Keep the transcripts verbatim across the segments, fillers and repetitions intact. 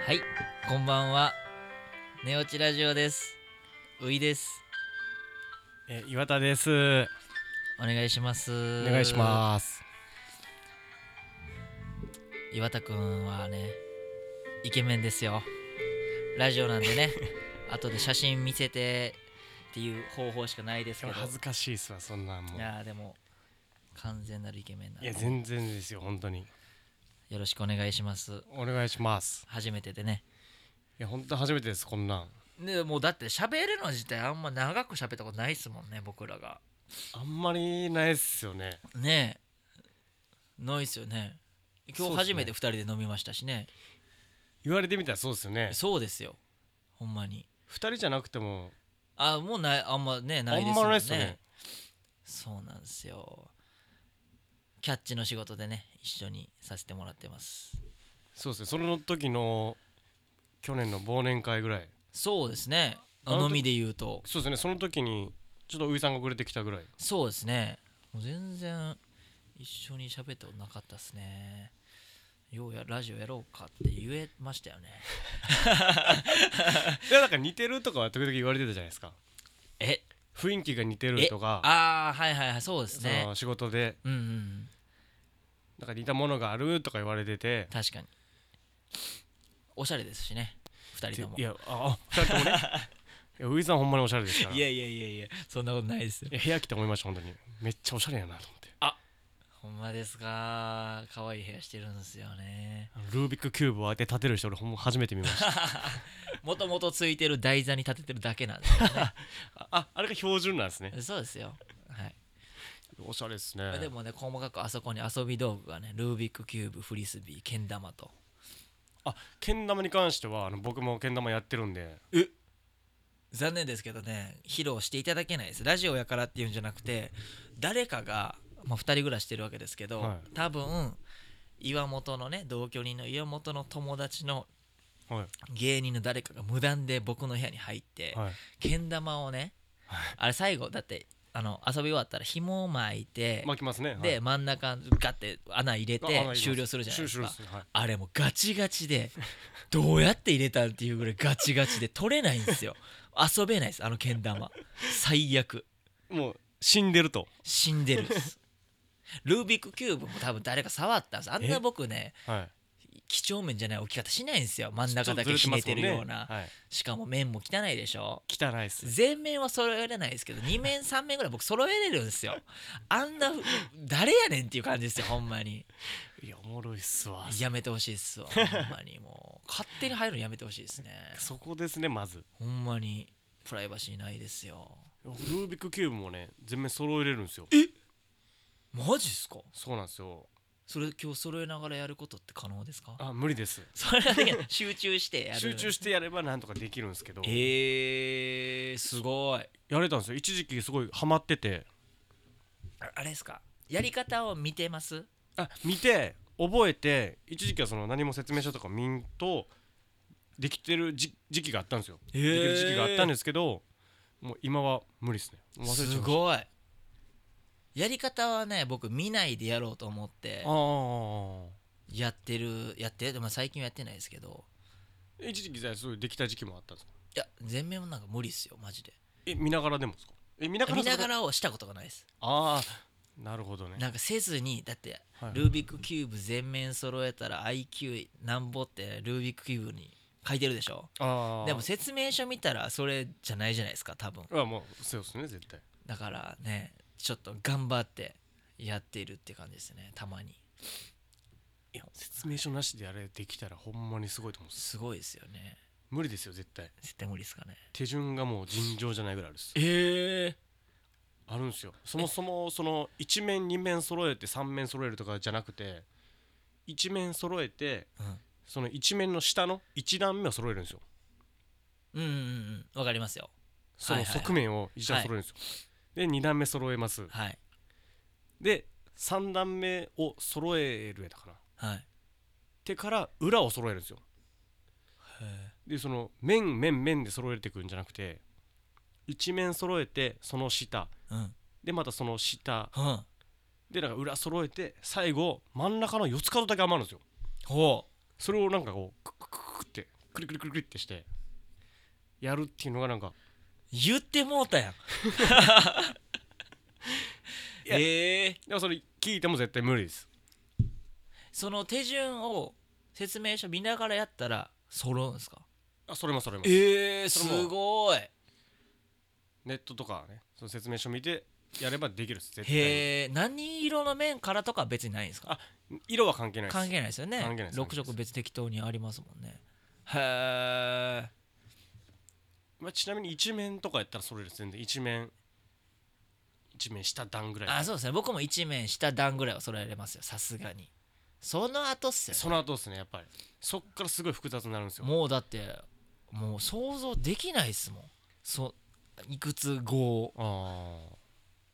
はい、こんばんは。寝落ちラジオです。ういです。 え岩田です。 お願いします。 お願いします。 岩田くんはね、イケメンですよ。ラジオなんでね、後で写真見せてっていう方法しかないですけど。 恥ずかしいっすわ、そんなんもう。 いやーでも完全なるイケメンなんで、 いや全然ですよ、本当に。 よろしくお願いします。 お願いします。 初めてでね。 いや本当初めてです、こんなん。 でもうだって喋るの自体あんま長く喋ったことないっすもんね、僕らが。 あんまりないっすよね。 ねえ、ないっすよね。今日初めてふたりで飲みましたしね。 言われてみたらそうですよね。 そうですよ、ほんまに。 ふたりじゃなくてもあ、もうない、あんまね、なあんいですもんね。 まないっすよね。 そうなんですよ。キャッチの仕事でね、一緒にさせてもらってます。 そうですね、その時の去年の忘年会ぐらい。 そうですね。 あの飲みで言うと。 そうですね、その時にちょっとウイさんが遅れてきたぐらい。 そうですね。もう全然一緒に喋ったことなかったですね。ようやラジオやろうかって言えましたよね。 いやなんか似てるとかは時々言われてたじゃないですか。 え雰囲気が似てるとか。 ああ、はいはいはい、そうですそね。 の仕事でうんうん。 なんか似たものがあるとか言われてて。 確かに。おしゃれですしね、ふたりとも。 いや、あ、ふたりともね。いや、ウイさんほんまにおしゃれですから。 いやいやいやいや、そんなことないですよ。 いや部屋来て思いました、本当に。めっちゃおしゃれやなと思って。 あ、ほんまですか。可愛い部屋してるんですよね。 ルービックキューブを当て立てる人、俺ほんま初めて見ました。 もともとついてる台座に立ててるだけなんですよね。 あ、あれが標準なんですね。 そうですよ。はい。 おしゃれですね。 でもね、細かくあそこに遊び道具がね、ルービックキューブ、フリスビー、けん玉と。 あ、けん玉に関してはあの僕もけん玉やってるんで。 え残念ですけどね、披露していただけないです。ラジオやからっていうんじゃなくて、誰かが、まあ、ふたり暮らししてるわけですけど、 はい、 多分岩本のね、同居人の岩本の友達の芸人の誰かが無断で僕の部屋に入って、 はい、 けん玉をね、 はい、 あれ最後だってあの遊び終わったら紐を巻いて、 巻きますね。 で、 はい、 真ん中ガッて穴入れて終了するじゃないですか。 すね、はい、 あれもうガチガチでどうやって入れたんっていうぐらいガチガチで取れないんですよ。遊べないです、あのけん玉。最悪。 もう死んでると。 死んでるです。ルービックキューブも多分誰か触ったんです。あんな僕ね、 はい、 几帳面じゃない置き方しないんですよ。真ん中だけひねてるような、 ね、はい、 しかも面も汚いでしょ。 汚いっす。 全面は揃えれないですけどに面さん面ぐらい僕揃えれるんですよ。あんな誰やねんっていう感じですよ、ほんまに。 いやおもろいっすわ。 やめてほしいっすわ、ほんまに。もう勝手に入るのやめてほしいですね。 そこですね、まず。 ほんまにプライバシーないですよ。 ルービックキューブもね全面揃えれるんですよ。 えマジっすか。 そうなんですよ。 それ今日揃えながらやることって可能ですか。 あ、無理です。 それができない集中してやる。 集中してやればなんとかできるんですけど。 えー、すごい。 やれたんですよ、一時期すごいハマってて。 ああれですか、やり方を見てます。 あ、見て覚えて、一時期はその何も説明書とか見んとできてる時期があったんですよ。 えー、 できる時期があったんですけど、もう今は無理ですね。もう忘れちゃいました。 すごい。やり方はね、僕見ないでやろうと思ってあやってるやってるでも最近はやってないですけど、 あ、一時期じゃあそういうできた時期もあったんですか。 いや全面もなんか無理っすよマジで。 え、見ながらでもですか。え、見ながら見ながら。 らをしたことがないです。 ああ、なるほどね。 なんかせずに、だってはい、 ルービックキューブ全面揃えたら アイキュー なんぼってルービックキューブに書いてるでしょ。 ああ、 でも説明書見たらそれじゃないじゃないですか多分。 あ、もうそうですね、絶対。 だからね、ちょっと頑張ってやっているって感じですね、たまに。 いや、説明書なしであれできたらほんまにすごいと思うんです。 すごいですよね。 無理ですよ絶対。 絶対無理ですかね。 手順がもう尋常じゃないぐらいあるです。 ええあるんですよ。そもそもそのいち面に面揃えてさん面揃えるとかじゃなくて、いち面揃えて、 うん、 そのいち面の下のいち段目を揃えるんですよ。 うんうんうんわかりますよ。 その側面をいち段揃えるんですよ、はい、でに段目揃えます、 はい、 でさん段目を揃えるやったかな、 はい、 てから裏を揃えるんですよ。でその面面面で揃えていくんじゃなくて、一面揃えてその下、 うん、 でまたその下、 うん、 でなんか裏揃えて最後真ん中の四つ角だけ余るんですよ。 ほう。 それをなんかこうクックククってクリクリクリクリってしてやるっていうのがなんか言ってもうたやんええー、 でもそれ聞いても絶対無理です。 その手順を説明書見ながらやったら揃うんですか？ あ、それもそれもえー、すそれもごい。 ネットとかねその説明書見てやればできるです絶対に。 へえ、何色の面からとかは別にないんですか？ あ、色は関係ないです。 関係ないですよね。 関係ないですろく色別適当にありますもんね。へえ。 まあ、ちなみに一面とかやったらそれです。全然一面一面下段ぐらい。 あ、そうですね。僕も一面下段ぐらいは揃えれますよ、さすがに。その後っすよ、ね、 その後ですね。やっぱりそっからすごい複雑になるんですよ。 もうだってもう想像できないっすもん。そいくつ号。 ああ、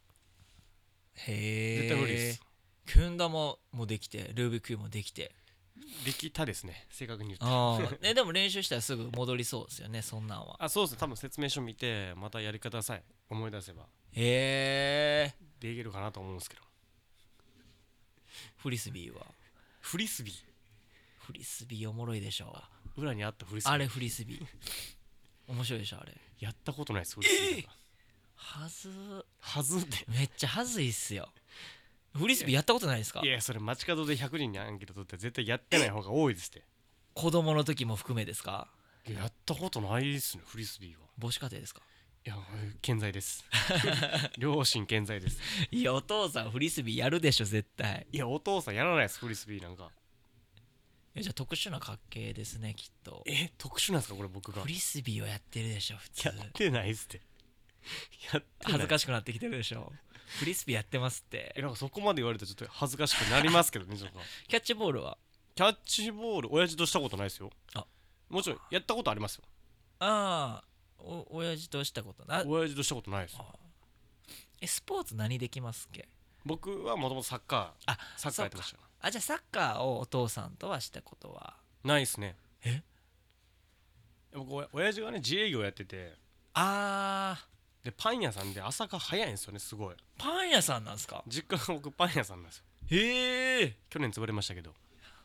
へえ。 絶対無理です。 キュン玉もできてルービックキューブもできてできたですね、正確に言ってああでも練習したらすぐ戻りそうですよね、そんなんは。 あ、そうですね。多分説明書見てまたやり方さえ思い出せばへえ。 できるかなと思うんですけど。 フリスビーはフリスビー、 フリスビーおもろいでしょ。 裏にあったフリスビーあれフリスビー面白いでしょあれ。 やったことないです。フリスビーとかはずはずでめっちゃはずいっすよ。フリスビーやったことないですか？ いや、それ街角でひゃくにんにアンケート取って絶対やってない方が多いですって。 子供の時も含めですか？ いや、やったことないですね、フリスビーは。 母子家庭ですか？ いや、健在です両親健在です。 いやお父さんフリスビーやるでしょ絶対。 いや、お父さんやらないです、フリスビーなんか。 えじゃあ特殊な家系ですねきっと。 え、特殊なんですかこれ僕が。 フリスビーをやってるでしょ普通。 やってないっすってやってない。 恥ずかしくなってきてるでしょ。フリスビーやってますってえ、なんかそこまで言われたらちょっと恥ずかしくなりますけどねちょっとキャッチボールは？ キャッチボール親父としたことないですよ。 あ、 もちろんやったことありますよ。 ああお親父としたことな。 親父としたことないです。 えスポーツ何できますっけ？ 僕はもともとサッカーあサッカーやってました。 あじゃあサッカーをお父さんとはしたことは？ ないですね。 え僕お親父がね自営業やってて、 あーでパン屋さんで朝が早いんですよね。すごいパン屋さんなんすか？ 実家が僕パン屋さんなんですよ。 へえ。 去年潰れましたけど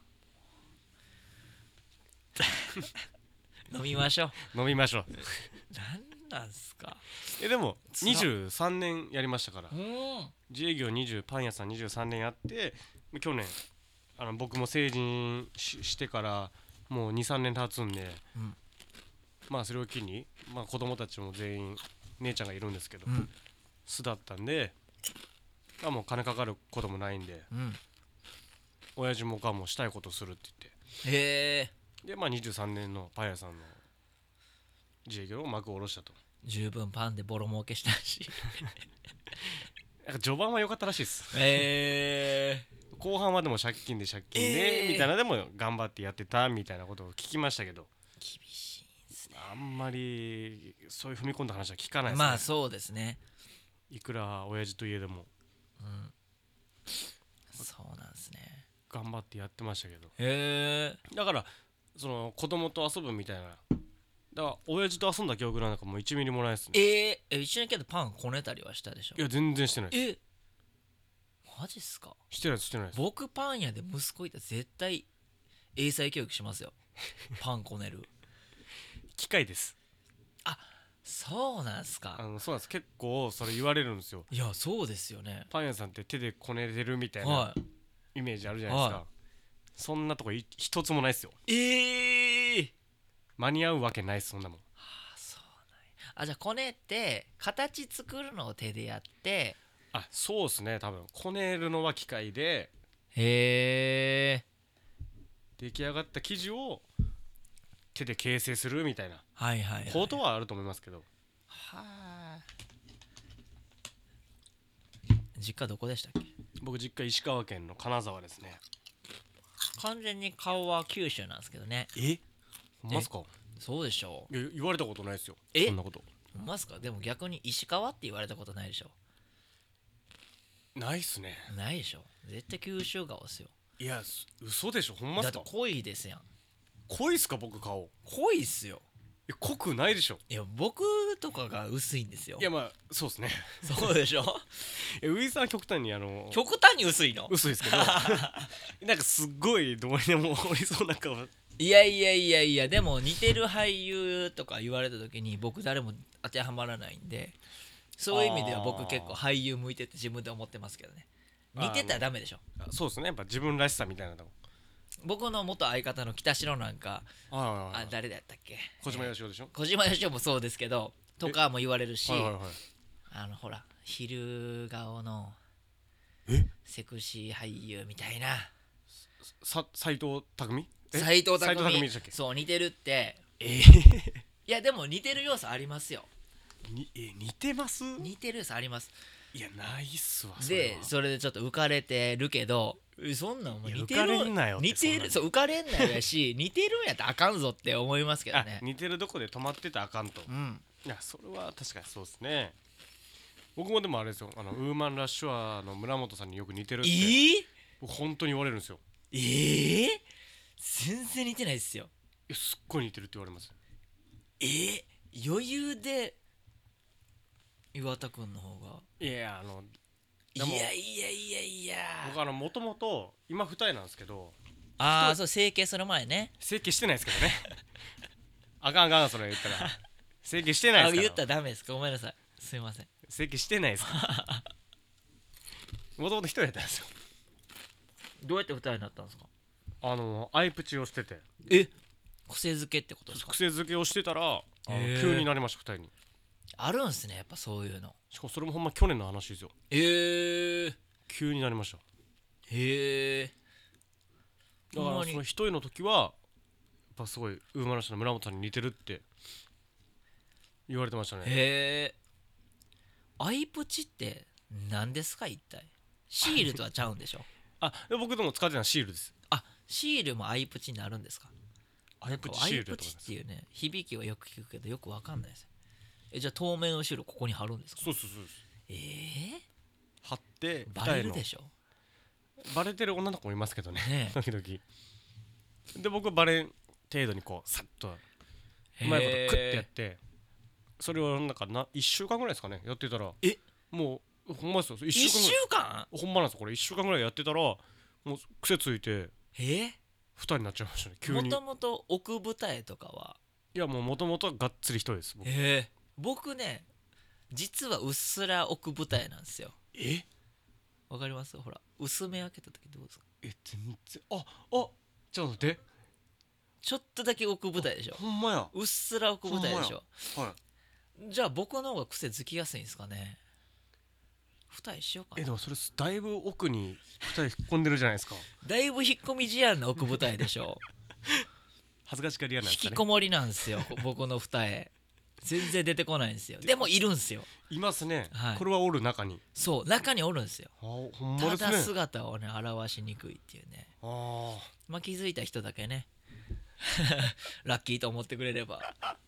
飲みましょう。 飲みましょうなんなんすか？ えでもつらにじゅうさんねんやりましたから。 うん自営業にじゅうパン屋さんにじゅうさんねんやって去年あの僕も成人 し, してからもうにさんねん経つんで、 うん、 まあそれを機に、まあ、子供たちも全員姉ちゃんがいるんですけど、 うん、 巣だったんで、あもう金かかることもないんで、 うん、 親父もおかんもしたいことするって言へえ。 ってでまあにじゅうさんねんのパン屋さんの自営業を幕を下ろしたと。 十分パンでボロ儲けしたしなんか序盤は良かったらしいです。 へえ。 後半はでも借金で借金で、 えーみたいなでも頑張ってやってたみたいなことを聞きましたけど、 厳しいんすね。 あんまりそういう踏み込んだ話は聞かないですね。 まあそうですね。 いくら親父といえどもうんそうなんですね。 頑張ってやってましたけど、 へえ。 だからその子供と遊ぶみたいな、だから親父と遊んだ記憶なんかもういちミリもないですね。 えー、え一緒にけどパンこねたりはしたでしょ？ いや全然してないです。 えマジっすか？ してないですしてないです。 僕パン屋で息子いたら絶対英才教育しますよパンこねる。 機械です。 そうなんすか？ あのそうなんです。結構それ言われるんですよ。 いやそうですよね。 パン屋さんって手でこねてるみたいなはいイメージあるじゃないですか、 はいそんなとこい一つもないですよ。 えー、 間に合うわけないですそんなもん。 あそうなんや。あじゃあこねって形作るのを手でやって。 あそうですね。多分こねるのは機械でへえ。 出来上がった生地を手で形成するみたいなはいはいはい。 ことはあると思いますけど、 はあ。実家どこでしたっけ？ 僕実家石川県の金沢ですね。 完全に顔は九州なんですけどね。 えほんまっすか？ そうでしょいや言われたことないですよえそんなこと。 う。ほんまっすか？でも逆に石川って言われたことないでしょ？ ないっすね。 ないでしょ？絶対九州顔っすよ。 いやす嘘でしょ。ほんまっすか？ だって濃いですやん。 濃いっすか僕顔？ 濃いっすよ。 いや濃くないでしょ。 いや僕とかが薄いんですよ。 いやまあそうですねそうでしょ？ いやウイさんは極端にあの極端に薄いの？ 薄いですけどなんかすっごいどうにでもおりそうな顔いやいやいやいや、でも似てる俳優とか言われた時に僕誰も当てはまらないんで、そういう意味では僕結構俳優向いてって自分で思ってますけどね。似てたらダメでしょ。 あそうですね、やっぱ自分らしさみたいなの。 僕の元相方の北城なんか、 ああ誰だったっけ、 小島よしおでしょ、 小島よしおもそうですけどとかも言われるし、 はいはいはい、 あのほら昼顔のえセクシー俳優みたいなさ斎藤工斎藤工斎藤工でしたっけ。 そう似てるって。 えー、 いやでも似てる要素ありますよ。 にえ似てます。 似てる要素あります。 いやないっすわそれは。 でそれでちょっと浮かれてるけど、えそんなんもう似ていや浮かるれんなよって似てる、そう浮かれんなよやし似てるんやったらあかんぞって思いますけどね。 あ似てるとこで止まってたらあかんと。 うんいやそれは確かにそうですね。僕もでもあれですよ、あのウーマンラッシュアーの村本さんによく似てるってえー、 僕本当に言われるんですよ。 えー、全然似てないですよ。 いやすっごい似てるって言われます。 えー、余裕で岩田君の方が。 いやいやあのいでもやいやいやいや。 僕あのもともと今二重なんですけど、 ああそう整形する前ね。 整形してないですけどねあかんあかんそれ言ったら整形してないですから。 あ言ったらダメですか、ごめんなさい、すいません。 整形してないですからもともと一人やったんですよ。 どうやって二人になったんですか。 あのアイプチをしててえ癖づけってことですか。 癖づけをしてたらあのへー急になりました二人に。 あるんすねやっぱそういうの。 しかもそれもほんま去年の話ですよ。 えー、 急になりました。 へえ。 だからその一人の時はやっぱすごいウーマンラッシュの村本さんに似てるって言われてましたね。 へえ。アイプチって何ですか一体。シールとはちゃうんでしょ。 あで僕でも使ってたのはシールです。 あシールもアイプチになるんですか。 アイプチシールアイプチっていうね響きはよく聞くけどよくわかんないです。えじゃあ透明のシールここに貼るんですか。 そうそうそうです。 えー、 貼ってバレるでしょ。 バレてる女の子もいますけどねね時々で僕はバレん程度にこうさっとうまいことクッてやってそれをなんかないっしゅうかんぐらいですかねやってたらえもうほんまですよ1 1 週間ぐ週らい間ほんまなんですよこれいっしゅうかんぐらいやってたらもう癖ついてえふたりになっちゃいましたね急に。 もともと奥二重とかは。 いやもうもともとはがっつり一人です僕。 え僕ね実はうっすら奥二重なんですよ。 えわかります。ほら薄め開けた時どうですか。 え全然ああちょっと待ってちょっとだけ奥二重でしょ。 ほんまやうっすら奥二重でしょ。 はじゃあ僕の方が癖つきやすいんですかね。二重しようかな。 い。えでもそれだいぶ奥にふたり引っ込んでるじゃないですか。 だいぶ引っ込み思案な奥二重でしょ。 恥ずかしがり屋なん引ですかね。 きこもりなんですよ僕の二重。全然出てこないんですよ。でもいるんすよ。 いますね、 はいこれはおる中に。 そう中におるんですよ。 あほんまただですね。 姿をね表しにくいっていうね。 あまあ気づいた人だけねラッキーと思ってくれれば。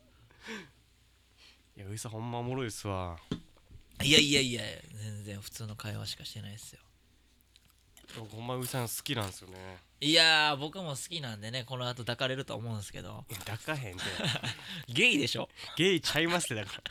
いやウイさんほんまおもろいっすわ。 いやいやいや全然普通の会話しかしてないですよ。 僕ほんまウイさん好きなんですよね。 いやー僕も好きなんでねこの後抱かれると思うんですけど。 抱かへんてゲイでしょ。 ゲイちゃいますってだから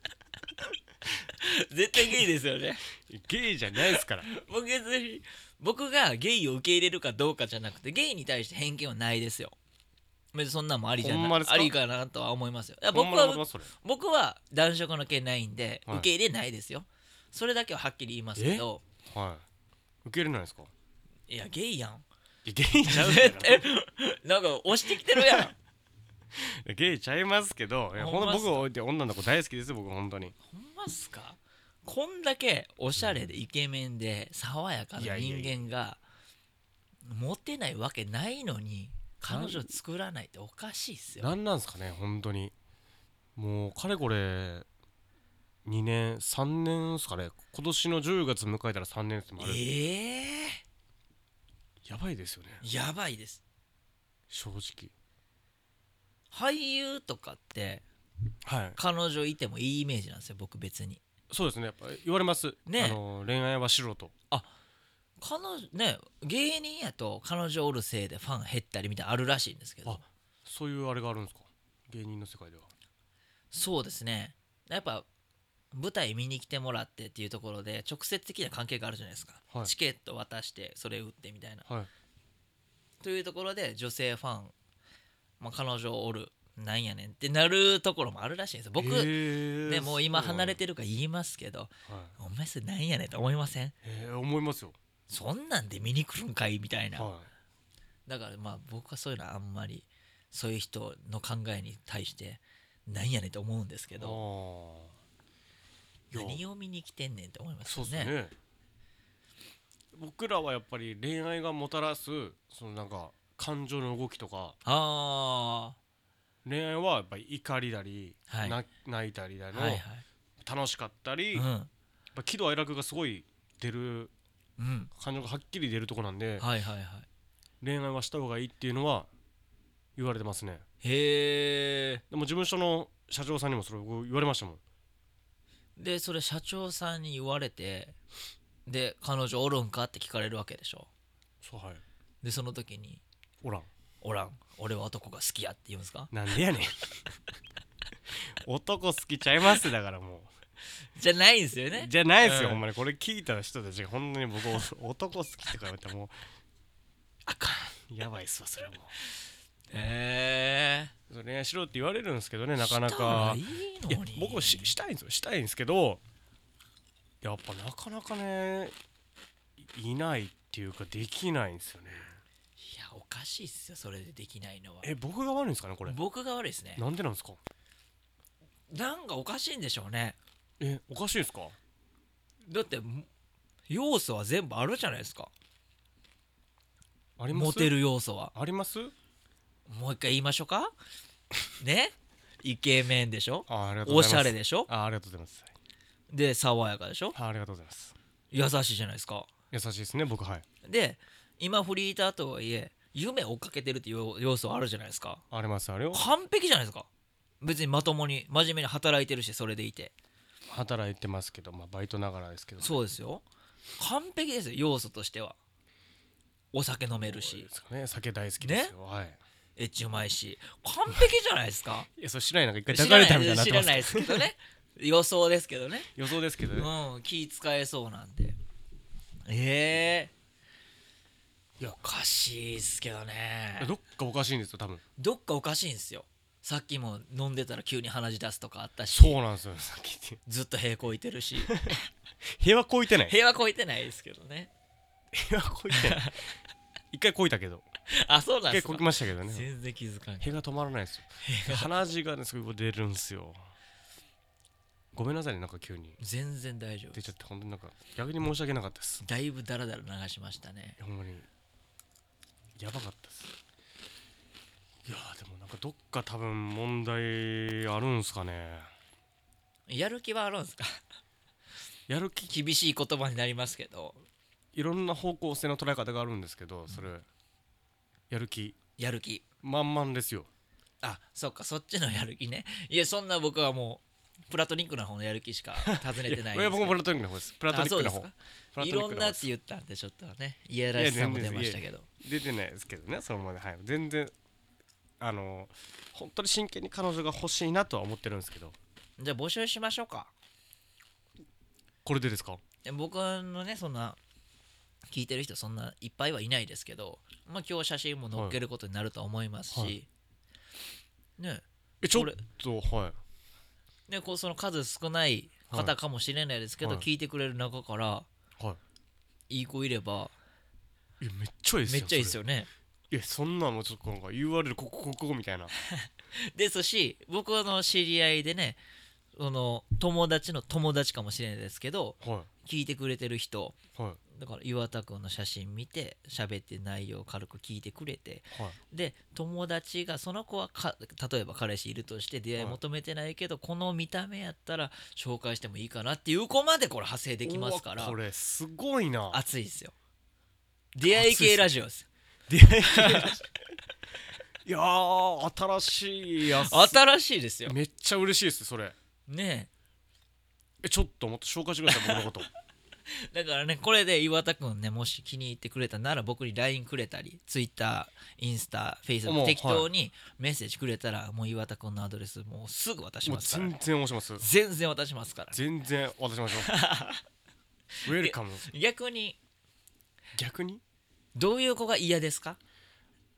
絶対ゲイですよね。 ゲイじゃないですから僕別に僕がゲイを受け入れるかどうかじゃなくてゲイに対して偏見はないですよ。別にそんなんもありじゃないほんまですかありかなとは思いますよ。いや僕ほんまのことははそれ。 僕は男色の毛ないんではい受け入れないですよ。それだけははっきり言いますけど。 はい受け入れないですか。 いやゲイやん。 いやゲイちゃう絶対けなんか押してきてるやん。 どゲイちゃいますけどいやほんほんまっすかと僕は女の子大好きですよ僕本当に。 ほんまっすか。こんだけおしゃれでイケメンで爽やかな人間がモテないわけないのに彼女作らないっておかしいっすよ。 なんなんすかね本当に。もうかれこれにねんさんねんっすかね。今年のじゅうがつ迎えたらさんねんってもある。 ええやばいですよねー、やばいです。 正直。 俳優とかってはい彼女いてもいいイメージなんですよ僕別に。 そうですねやっぱ言われますねあの恋愛は素人。 彼女ね芸人やと彼女おるせいでファン減ったりみたいなのあるらしいんですけど。 あそういうあれがあるんですか芸人の世界では。 そうですねやっぱ舞台見に来てもらってっていうところで直接的な関係があるじゃないですか、 はいチケット渡してそれ売ってみたいなはいというところで女性ファンまあ、彼女おるなんやねんってなるところもあるらしいんですよ僕、ね、もう今離れてるから言いますけど、はい、お前それなんやねんと思いません？ えー、思いますよ。 そんなんで見に来るんかいみたいな、 はい、 だからまあ僕はそういうのはあんまりそういう人の考えに対してなんやねんと思うんですけど、何を見に来てんねんって思いますよね。そうですね。 僕らはやっぱり恋愛がもたらすそのなんか感情の動きとか、 あ恋愛はやっぱり怒りだり、 はい、 泣いたりだの、 はいはい、 楽しかったり、 うん、やっぱ喜怒哀楽がすごい出る、うん、感情がはっきり出るとこなんで、 はいはいはい、 恋愛はした方がいいっていうのは言われてますね。 へえ。 でも事務所の社長さんにもそれ言われましたもん。 でそれ社長さんに言われて、で彼女おるんかって聞かれるわけでしょ。 そう、はい。 でその時におらんおらん俺は男が好きやって言うんですか？ なんでやねん男好きちゃいますだからもうじゃないんですよね。 じゃないですよ、うん、ほんまにこれ聞いた人たちが本当に僕男好きってから言ったらもうあかん、やばいっすわそれはもう。 へえー、恋愛しろって言われるんですけどね、なかなか。 いいのに。 いや僕も し, したいんですよしたいんですけど、やっぱなかなかねいないっていうかできないんですよね。 いやおかしいっすよそれでできないのは。 え僕が悪いんですかねこれ。 僕が悪いですね。 なんでなんですか？ なんかおかしいんでしょうね。 えおかしいですか？ だって要素は全部あるじゃないですか。 あります？ モテる要素はあります？ もう一回言いましょうかね。イケメンでしょ、 あありがとうございます。 おしゃれでしょ、 あありがとうございます。 で爽やかでしょ、 あありがとうございます。 優しいじゃないですか。 優しいですね僕。はい。 で今フリーターとはいえ夢追っかけてるっていう要素あるじゃないですか。 ありますあれよ。 完璧じゃないですか。別にまともに真面目に働いてるし、それでいて働いてますけど、まあバイトながらですけど、ね、 そうですよ。完璧ですよ要素としては。お酒飲めるし、 ね、酒大好きですよ、ね、はい。 エッチうまいし完璧じゃないですか。 いやそれ知らないなんか一回抱かれたみたいになってます。 知らないですけどね予想ですけどね予想ですけどね、 うん、気使えそうなんで。ええー、いやおかしいっすけどね。 どっかおかしいんですよ多分。 どっかおかしいんですよ。さっきも飲んでたら急に鼻血出すとかあったし。 そうなんですよ。さっきずっと平こいてるし平和こいてない。 平和こいてないですけどね。 平和こいてない一回こいたけど。 あ、そうなんですか。 一回こきましたけどね。 全然気づかん。 屁が止まらないですよ。鼻血がねすごい出るんですよ。ごめんなさいねなんか急に。 全然大丈夫。 出ちゃって本当になんか逆に申し訳なかったです。 だいぶダラダラ流しましたね。 ほんまにやばかったです。いやでもなんかどっか多分問題あるんすかね。 やる気はあるんすかやる気厳しい言葉になりますけど、 いろんな方向性の捉え方があるんですけど、それやる気やる気満々ですよ。 あ、そっかそっちのやる気ね。いやそんな僕はもうプラトニックな方のやる気しか尋ねてないんですけど。いや僕もプラトニックの方です。プラトニックの方。 いろんなって言ったんでちょっとねいやらしさも出ましたけど。 出てないですけどねそのままで。はい全然あの本当に真剣に彼女が欲しいなとは思ってるんですけど。 じゃあ募集しましょうか。 これでですか？ 僕のねそんな聞いてる人そんないっぱいはいないですけど、まあ今日写真も載っけることになると思いますし、はい、ねえちょっとはいねこうその数少ない方かもしれないですけど、はい、聞いてくれる中から、はい、いい子いればいやめっちゃいいですよ。 めっちゃいいですよね。 いやそんなのちょっとなんか言われるここここみたいなですし僕の知り合いでねその友達の友達かもしれないですけど、はい、聞いてくれてる人、はい、だから岩田君の写真見て喋って内容を軽く聞いてくれて、はい、で友達がその子はか例えば彼氏いるとして出会い求めてないけど、はい、この見た目やったら紹介してもいいかなっていう子までこれ派生できますから。 これすごいな。 熱いですよ。出会い系ラジオです。 出会い系ラジオいやー新しいやつ。 新しいですよ。 めっちゃ嬉しいですそれねえ。えちょっともっと紹介してください僕のことだからねこれで岩田くんねもし気に入ってくれたなら僕に ライン くれたり Twitter、インスタ、Facebook 適当にメッセージくれたらもう岩田くんのアドレスもうすぐ渡しますから。 もう全然押します。 全然渡しますから。 全然渡しましょうウェルカム。 逆に逆にどういう子が嫌ですか？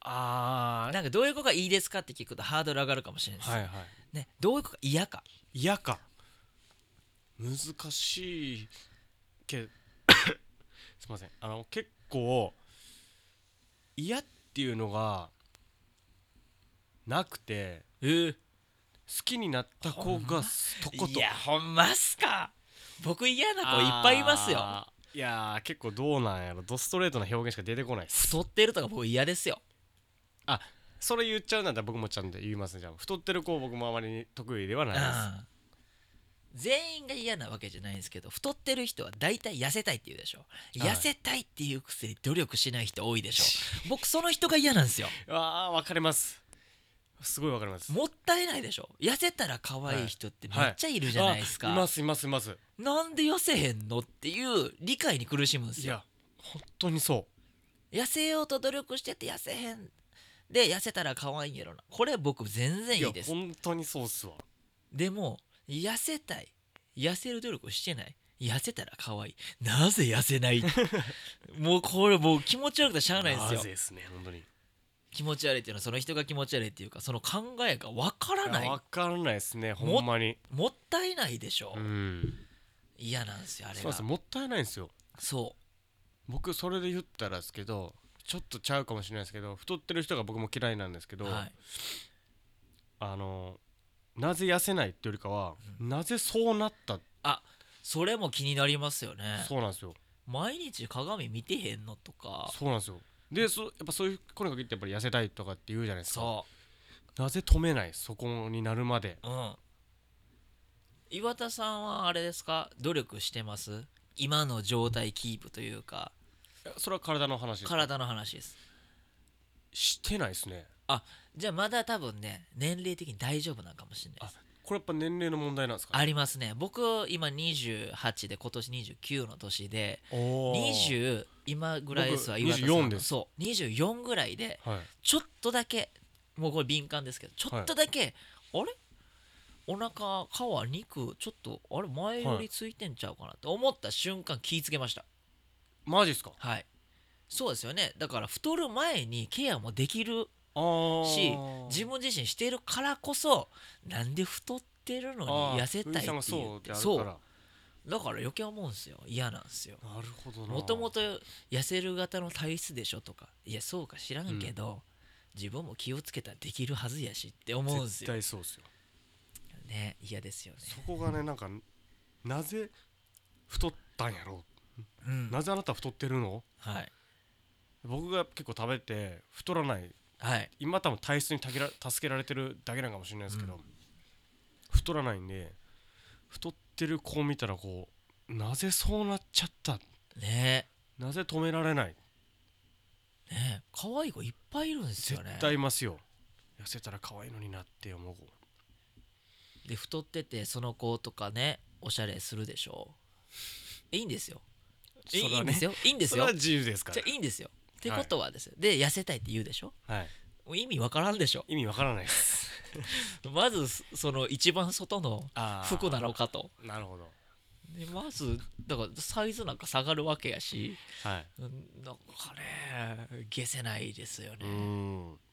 あなんかどういう子がいいですかって聞くとハードル上がるかもしれないです、 はいはいね、どういう子が嫌か。 嫌か難しいけすいませんあの結構嫌っていうのがなくてえー、 好きになった子がとこといやほんまっすか。僕嫌な子いっぱいいますよ。 あーいやー結構どうなんやろドストレートな表現しか出てこないです太ってるとか僕嫌ですよ。 あそれ言っちゃうんだったら僕もちゃんと言いますね。じゃあ太ってる子僕もあまり得意ではないですうん全員が嫌なわけじゃないんですけど、太ってる人は大体痩せたいって言うでしょ。 はい痩せたいっていうくせに努力しない人多いでしょ。僕その人が嫌なんですよ。 あー分かりますすごい分かりますもったいないでしょ。痩せたら可愛い人ってめっちゃいるじゃないですか、 あいますいますいますなんで痩せへんのっていう理解に苦しむんですよ。 いや本当にそ痩せようと努力してて痩せへんで痩せたら可愛いんやろな。これ僕全然ういやいいです。 本当にそうっすわでも痩せたい、痩せる努力してない、痩せたら可愛い、なぜ痩せないもうこれもう気持ち悪くてしゃあないんですよ。 なぜですね本当に気持ち悪いっていうのはその人が気持ち悪いっていうか、その考えがわからない。 分からないですねほんまにもったいないでしょ、 うん嫌なんですよあれが。 そうですもったいないんですよそ僕それで言ったらですけどちょっとちゃうかもしれないですけど太ってる人が僕も嫌いなんですけど、 うはいあのなぜ痩せないっていうよりかは、なぜそうなったあそれも気になりますよね。 そうなんですよ毎日鏡見てへんのとか。 そうなんですよでそやっぱそういう子に限ってやっぱり痩せたいとかって言うじゃないですかそなぜ止めないそこになるまでううん岩田さんはあれですか、努力してます？今の状態キープというか。 いやそれは体の話です体の話です。 してないですねあじゃあまだ多分ね年齢的に大丈夫なのかもしれないです。 これやっぱ年齢の問題なんですか、 ありますね。僕今にじゅうはちで今年にじゅうきゅうの年で、 おにじゅう今ぐらいですわ。 僕岩田さんにじゅうよんですそうにじゅうよんぐらいではいちょっとだけ、もうこれ敏感ですけどちょっとだけ、あれお腹皮肉ちょっとあれ前よりついてんちゃうかなと思った瞬間気ぃつけました。 マジっすかはいそうですよね。だから太る前にケアもできるあーし自分自身してるからこそ、なんで太ってるのにあー痩せたいっていう藤井さんがそうであるそうからだから余計思うんですよ。嫌なんですよ。 なるほどなもともと痩せる型の体質でしょとか、いやそうか知らんけど、自分も気をつけたらできるはずやしって思うんです絶よ対そうっすよね。嫌ですよね。 そこがねなんかなぜ太ったんやろうん、 なぜあなた太ってるのはい僕が結構食べて太らないはい今多分体質にたけら助けられてるだけなんかもしれないですけど、 うん太らないんで太ってる子を見たらこうなぜそうなっちゃったねなぜ止められないえねえ可愛い子いっぱいいるんですよね。 絶対いますよ痩せたら可愛いのになって思う子で太っててその子とかねおしゃれするでしょ。いいんですよ。いそれはねいいんですよいいんですよ。 それは自由ですかじゃあいいんですよ。ってことはですよ、で痩せたいって言うでしょ。 らはいもう意味わからんでしょ。 意味わからないですまずその一番外のあー服なのかと。 なるほどでまずだからサイズなんか下がるわけやし、 はいうんなんかね消せないですようーね。 ん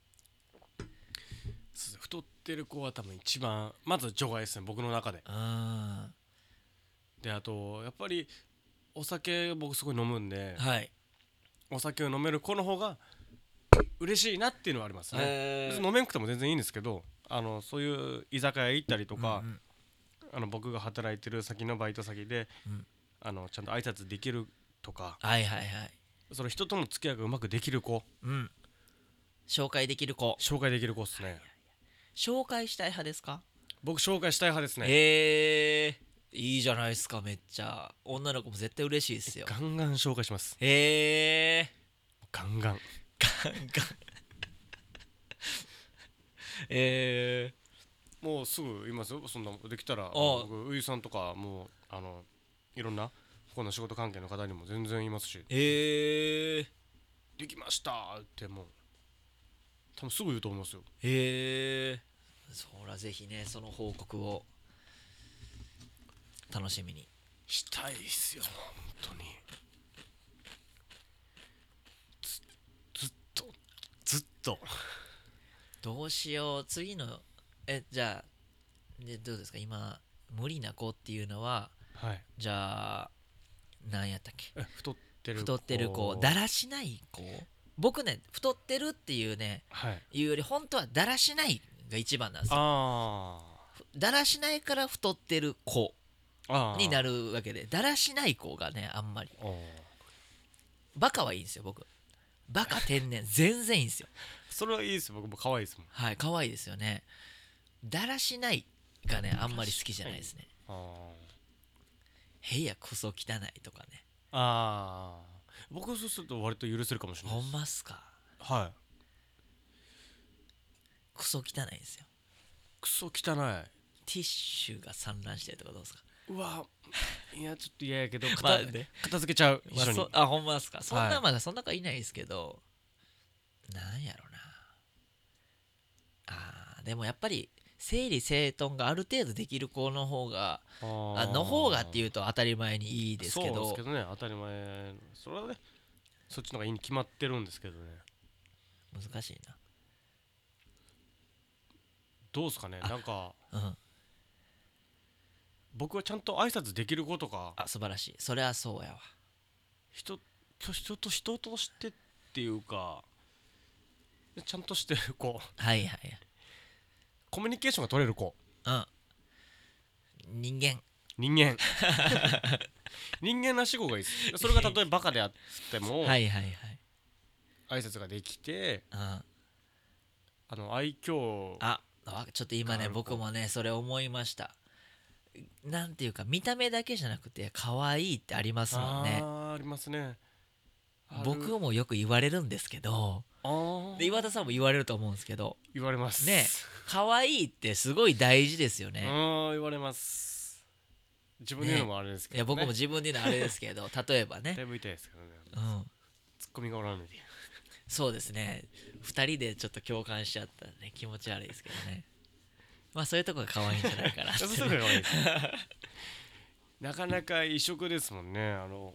そう太ってる子は多分一番まず除外ですね僕の中でうんであとやっぱりお酒僕すごい飲むんではいお酒を飲める子の方が嬉しいなっていうのはありますね、 えー別に飲めんくても全然いいんですけどあのそういう居酒屋行ったりとか、 うんうんあの僕が働いてる先のバイト先で、 うんあのちゃんと挨拶できるとかはいはいはいその人との付き合いがうまくできる子うん紹介できる子紹介できる子っすね紹介したい派ですか？ 僕紹介したい派ですねえー、いいじゃないですか。めっちゃ女の子も絶対嬉しいですよ。 ガンガン紹介しますえー、 ガンガンガンガンえもうすぐ言いますよそんなできたらあ僕ウイさんとかもうあのいろんなこの仕事関係の方にも全然言いますしー、えー、 できましたってもう多分すぐ言うと思いますよえー、そらぜひねその報告を楽しみに。 したいっすよ本当にずずっとずっとどうしよう次のえじゃあでどうですか今無理な子っていうのははいじゃあ何やったっけえ太ってる子太ってる子だらしない子僕ね太ってるっていうねはいいうより本当はだらしないが一番なんですよあだらしないから太ってる子ーあーになるわけでだらしない子がねあんまりあーバカはいいんですよ僕バカ天然全然いいんですよそれはいいですよ僕も可愛いですもんはい可愛いですよねだらしないがねあんまり好きじゃないですねあ部屋クソ汚いとかねああ僕そうすると割と許せるかもしれないほですんまっすかはいクソ汚いんですよクソ汚いティッシュが散乱してるとかどうですかうわいやちょっと嫌やけどま片,、 あね片付けちゃうまあ、 一緒に、 そあほんまっすかそんな、 はいまだそんな子いないですけどなんやろなあーでもやっぱり整理整頓がある程度できる子の方がああの方がっていうと当たり前にいいですけそうどですけどね当たり前それはねそっちの方がいいに決まってるんですけどね難しいどうですかねなんかなうん僕はちゃんと挨拶できる子とかあ素晴らしいそれはそうやわ人と人と人としてっていうかちゃんとしてる子はいはいコミュニケーションが取れる子うん人間人間人間らしい子がいいですそれが例えばバカであっても、 はいはいはい挨拶ができてうんあの愛嬌あわちょっと今ねガール子僕もねそれ思いましたなんていうか見た目だけじゃなくて可愛いってありますもんねあーありますねある僕もよく言われるんですけどあーで岩田さんも言われると思うんですけど言われますね可愛いってすごい大事ですようねーん言われます自分で言うのもあれですけど、ねいや僕も自分で言うのあれですけど例えばねだいぶ痛いですけどねうんツッコミがおらんのでそうですねふたりでちょっと共感しちゃったらね気持ち悪いですけどねまあそういうとこが可愛いんじゃないかなってそういうのが多いですなかなか異色ですもんねあの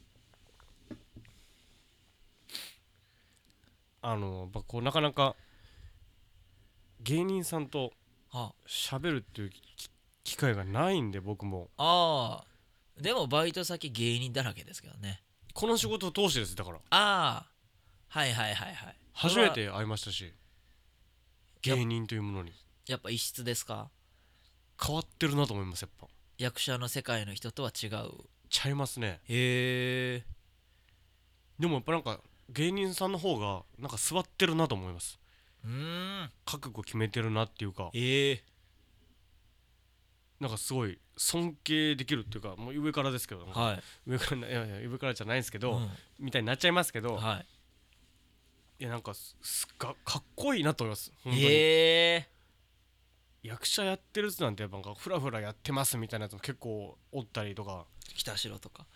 あのやっぱこうなかなか芸人さんとあ喋るっていうき機会がないんで僕もあーでもバイト先芸人だらけですけどねこの仕事を通してですだからああはいはいはいはい初めて会いましたし芸人というものにやっぱ異質ですか変わってるなと思いますやっぱ役者の世界の人とは違うちゃいますねへえでもやっぱなんか芸人さんの方がなんか座ってるなと思いますうーん覚悟決めてるなっていうかええなんかすごい尊敬できるっていうかもう上からですけど、 はい上からないやいや上からじゃないんですけど、 うんみたいになっちゃいますけど、 はいいやなんかすすかかっこいいなと思います本当に、 へえ役者やってるやつなんてなんかフラフラやってますみたいなやつも結構おったりとか北城とか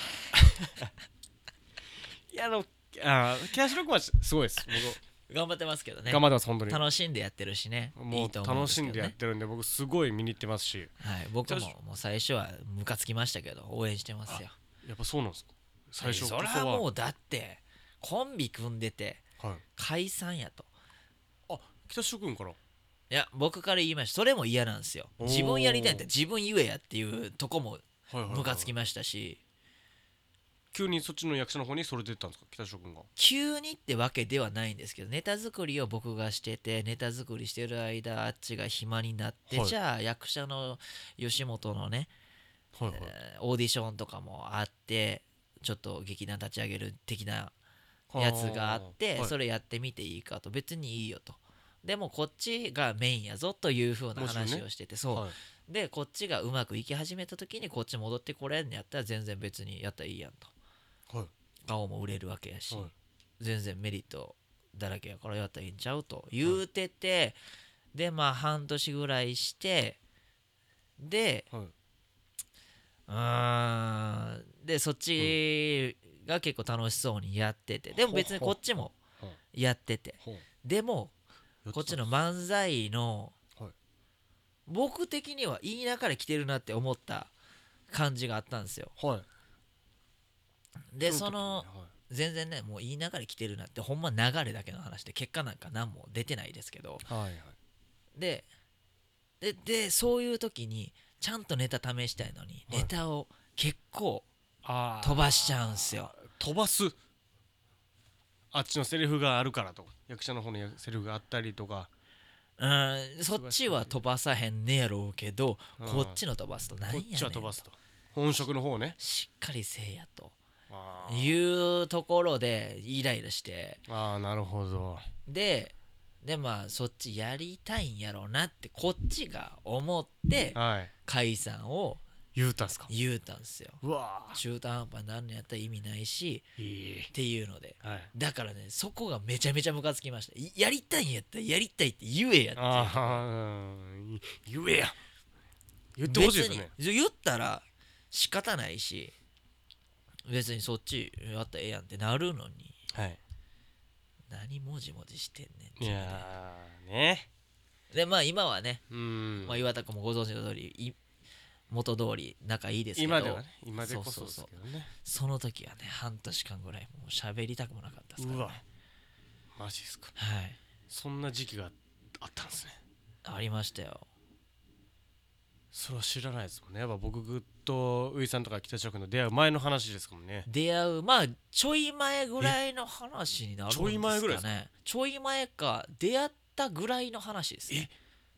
いやあのあー北城君はすごいです頑張ってますけどね僕頑張ってます本当に楽しんでやってるしねもいいうと思うん楽ですけどねしんでやってるんで僕すごい見に行ってますしはい僕も北城もう最初はムカつきましたけど応援してますよやっぱそうなんですか最初こそは、 それはもうだってコンビ組んでてはい、 解散やとあ北城君からいや僕から言いましたそれも嫌なんですよおー自分やりたいんだって自分言えやっていうとこもはいはいはいムカつきましたし急にそっちの役者の方にそれ出てたんですか北城君が急にってわけではないんですけどネタ作りを僕がしててネタ作りしてる間あっちが暇になって、 はいじゃあ役者の吉本のね、 はいはい、 えーオーディションとかもあってちょっと劇団立ち上げる的なやつがあって、 はいそれやってみていいかと別にいいよとでもこっちがメインやぞという風なもちろんね話をしてて、そう、 はいでこっちがうまくいき始めた時にこっち戻ってこれんのやったら全然別にやったらいいやんとはい顔も売れるわけやし、 はい全然メリットだらけやからやったらいいんちゃうと言うてて、でまあ半年ぐらいしてではいうーんでそっちが結構楽しそうにやっててでも別にこっちもほうやっててほうでもこっちの漫才のはい僕的にはいい中で来てるなって思った感じがあったんですよはいでその時そのには全然ねもういい流れ来てるなってほんま流れだけの話で結果なんか何も出てないですけど、 はいはい。 でででそういう時にちゃんとネタ試したいのに、 はいネタを結構あー飛ばしちゃうんすよ。 飛ばす。あっちのセリフがあるからとか、役者の方のセリフがあったりとか。 うんそっちは飛ばさへんねやろうけど、 うんこっちの飛ばすとなんやねんこっちは飛ばすと。本職の方ね。 しっかりせえやとあーいうところでイライラして、 あー、なるほど。 ででまあそっちやりたいんやろうなってこっちが思ってはい。 解散を言うたんすか。 言うたんすよ。 うわ中途半端になんのやったら意味ないしーいい。 っていうので、 はい。 だからねそこがめちゃめちゃムカつきました。いやりたいんやったらやりたいって言えやっていう。 ああ、言えや。言ってほしいですね。 別に言ったら仕方ないし別にそっちやったらええやんってなるのに、 はい。 何もじもじしてんねんっていいうのやーね。 ででまあ今はね、 うん。 まあ、岩田君もご存知の通りい元通り仲いいですけど、 今ではね、今でこそですけどね。 その時はね半年間ぐらいもう喋りたくもなかったですからね。 うわ、マジっすか。 はいそんな時期があったんですね。 ありましたよ。 それは知らないですもんね。やっぱ僕グッとウイさんとか北島君の出会う前の話ですもんね。 出会うまあちょい前ぐらいの話になるんですかね。 ちょい前ぐらいですか。 ちょい前か出会ったぐらいの話ですね。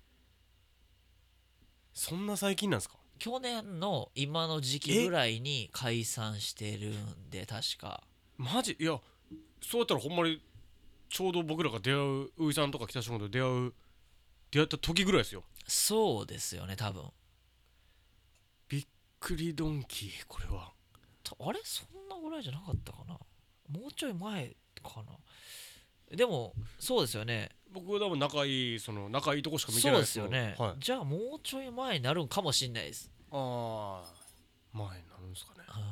そんな最近なんですか。 去年の今の時期ぐらいに解散してるんで確か。 マジ。いや、そうやったらほんまにちょうど僕らが出会うウイさんとか北島君と出会う出会った時ぐらいですよ。 そうですよね多分。 びっくりドンキー、これはたあれそんなぐらいじゃなかったかな。もうちょい前かな。でもそうですよね。 僕は多分仲いいその仲いいとこしか見てそうでないですすよね、 はい。 じゃあもうちょい前になるんかもしんないです。 ああ、前になるんですかね。 うん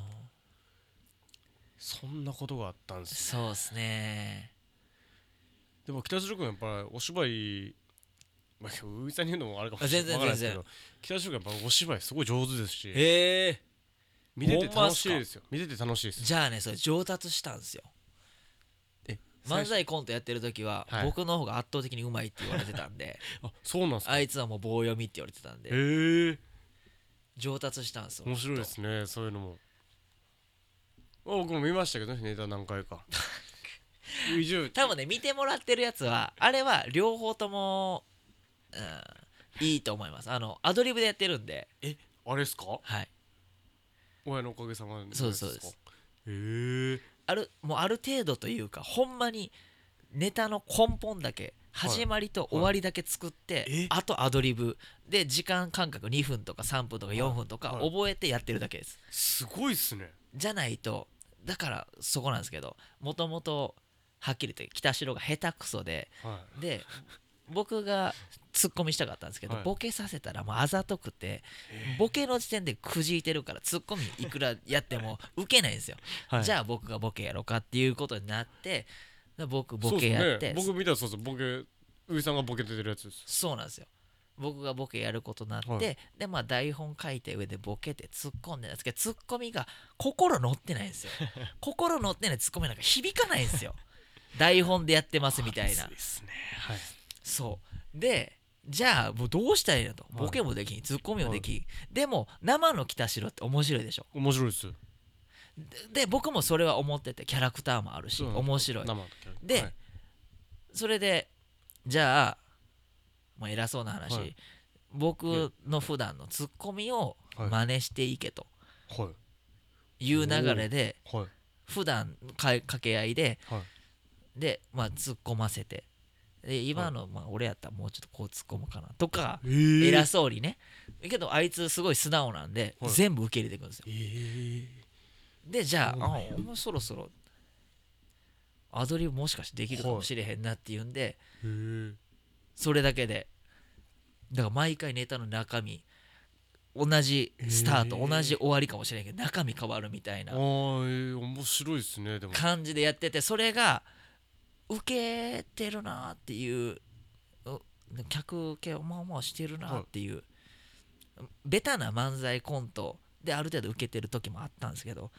そんなことがあったんですね。 そうですね。 でも北城君やっぱりお芝居、まあ、ウイさんに言うのもあれかもあしれ全然全然ないですけど、北城君やっぱお芝居すごい上手ですし、 へえ。 見ててほんまっすか楽しいですよ。見てて楽しいです。 じゃあねそれ上達したんですよ。 え、 漫才コントやってる時は、 はい僕の方が圧倒的にうまいって言われてたんであ、そうなんですか。 あいつはもう棒読みって言われてたんでへえ、 上達したんですよ。 面白いですね、そういうのも。あ、僕も見ましたけどね、ネタ何回か。以上多分ね見てもらってるやつはあれは両方とも、うん、いいと思います。あのアドリブでやってるんで。 え、あれっすか。 はい親のおかげさまのやつそうですそうです。 へえ。 あるもうある程度というかほんまにネタの根本だけ始まりと終わりだけ作って、 はいえあとアドリブで時間間隔にふんとかさんぷんとかよんぷんとかはいはい覚えてやってるだけです。 すごいっすね。 じゃないとだからそこなんですけどもともとはっきり言って北城が下手くそではで僕がツッコミしたかったんですけど、 はいボケさせたらもうあざとくてボケの時点でくじいてるからツッコミいくらやってもウケないんですよ、 い、はい、 じゃあ僕がボケやろうかっていうことになって僕ボケやってそうっすね、僕見たらそうです。ボケ、ウイさんがボケてるやつです。 そうなんですよ。僕がボケやることになって、 はいでまあ台本書いて上でボケて突っ込んでるんですけどツッコミが心乗ってないんですよ心乗ってないツッコミなんか響かないんですよ台本でやってますみたいな。 熱いっすね。はい。 そうでじゃあもうどうしたらいいのと、 はいボケもできんツッコミもできん、でも生の北城って面白いでしょ。 面白いです。 でで僕もそれは思っててキャラクターもあるしそう面白い生の時で、 はい、 それでじゃあもう偉そうな話、 はい僕の普段のツッコミをはい真似していけとはいいう流れではい普段か掛け合いではいでまあ突っ込ませてで今のまあ俺やったらもうちょっとこう突っ込むかなとかえー、 偉そうにねけどあいつすごい素直なんではい全部受け入れていくんですよ。 えー、 でじゃああそうなんやお前そろそろアドリブもしかしてできるかもしれへんなっていうんでえー、 それだけでだから毎回ネタの中身同じスタート、 へー同じ終わりかもしれんけど中身変わるみたいなあー、えー、面白いですね。でも感じでやっててそれが受けてるなっていうう客受けをまあまあしてるなっていう、ベタな漫才コントである程度受けてる時もあったんですけど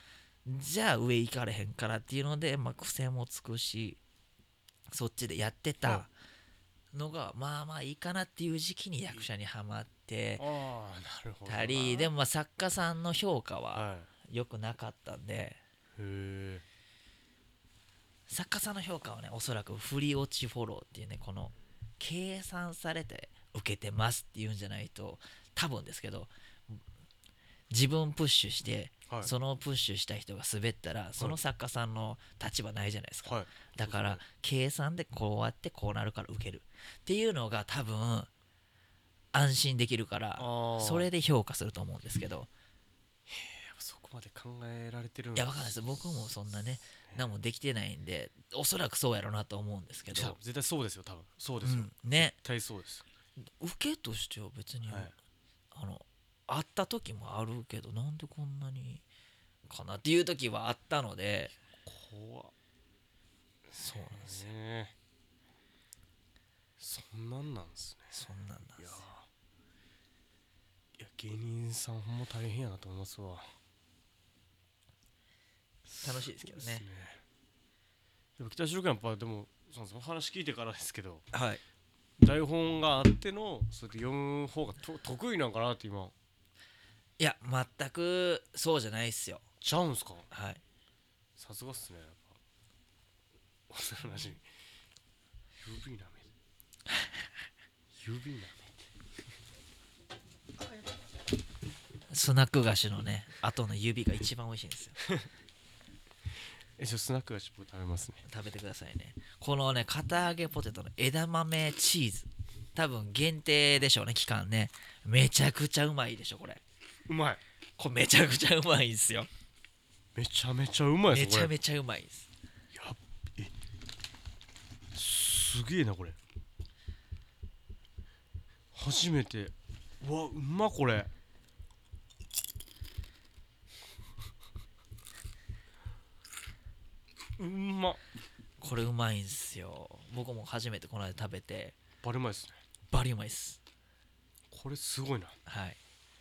じゃあ上行かれへんからっていうので、まあ、癖もつくしそっちでやってたのがまあまあいいかなっていう時期に役者にはまってああなるほどなたりでもまあ作家さんの評価はは良くなかったんで、 いへえ作家さんの評価はねおそらく振り落ちフォローっていうねこの計算されて受けてますっていうんじゃないと多分ですけど自分プッシュしてはいそのプッシュした人が滑ったらその作家さんの立場ないじゃないですか、 はいだから計算でこうやってこうなるから受けるっていうのが多分安心できるからあーそれで評価すると思うんですけどそこまで考えられてるんいやわかんないです僕もそんなね何もできてないんでおそらくそうやろうなと思うんですけどじゃあ絶対そうですよ多分そうですよ、 うん、ね絶対そうです受けとしては別に、 はいあの会った時もあるけどなんでこんなにかなっていう時はあったので怖っそうなんですよねそんなんなんですねそんなんなんいやですよーいや芸人さんほんま大変やなと思いますわ楽しいですけどねそうですでも北城君やっぱでもその話聞いてからですけどはい台本があってのそうやって読む方がと得意なんかなって今いや全くそうじゃないっすよちゃうんすかはいさすがっすねやっぱ幼なじみ指なめ指なスナック菓子のね後の指が一番美味しいんですよめえちょスナックがし僕食べますね食べてくださいねこのね堅揚げポテトの枝豆チーズ多分限定でしょうね期間ねめちゃくちゃうまいでしょこれうまいこれめちゃくちゃうまいんですよめちゃめちゃうまいですこれめちゃめちゃうまいですやっえすげえなこれ初めてうわうまこれうんまこれうまいんすよ僕も初めてこの間食べてバレうまいですねバリうまいっすこれすごいなはい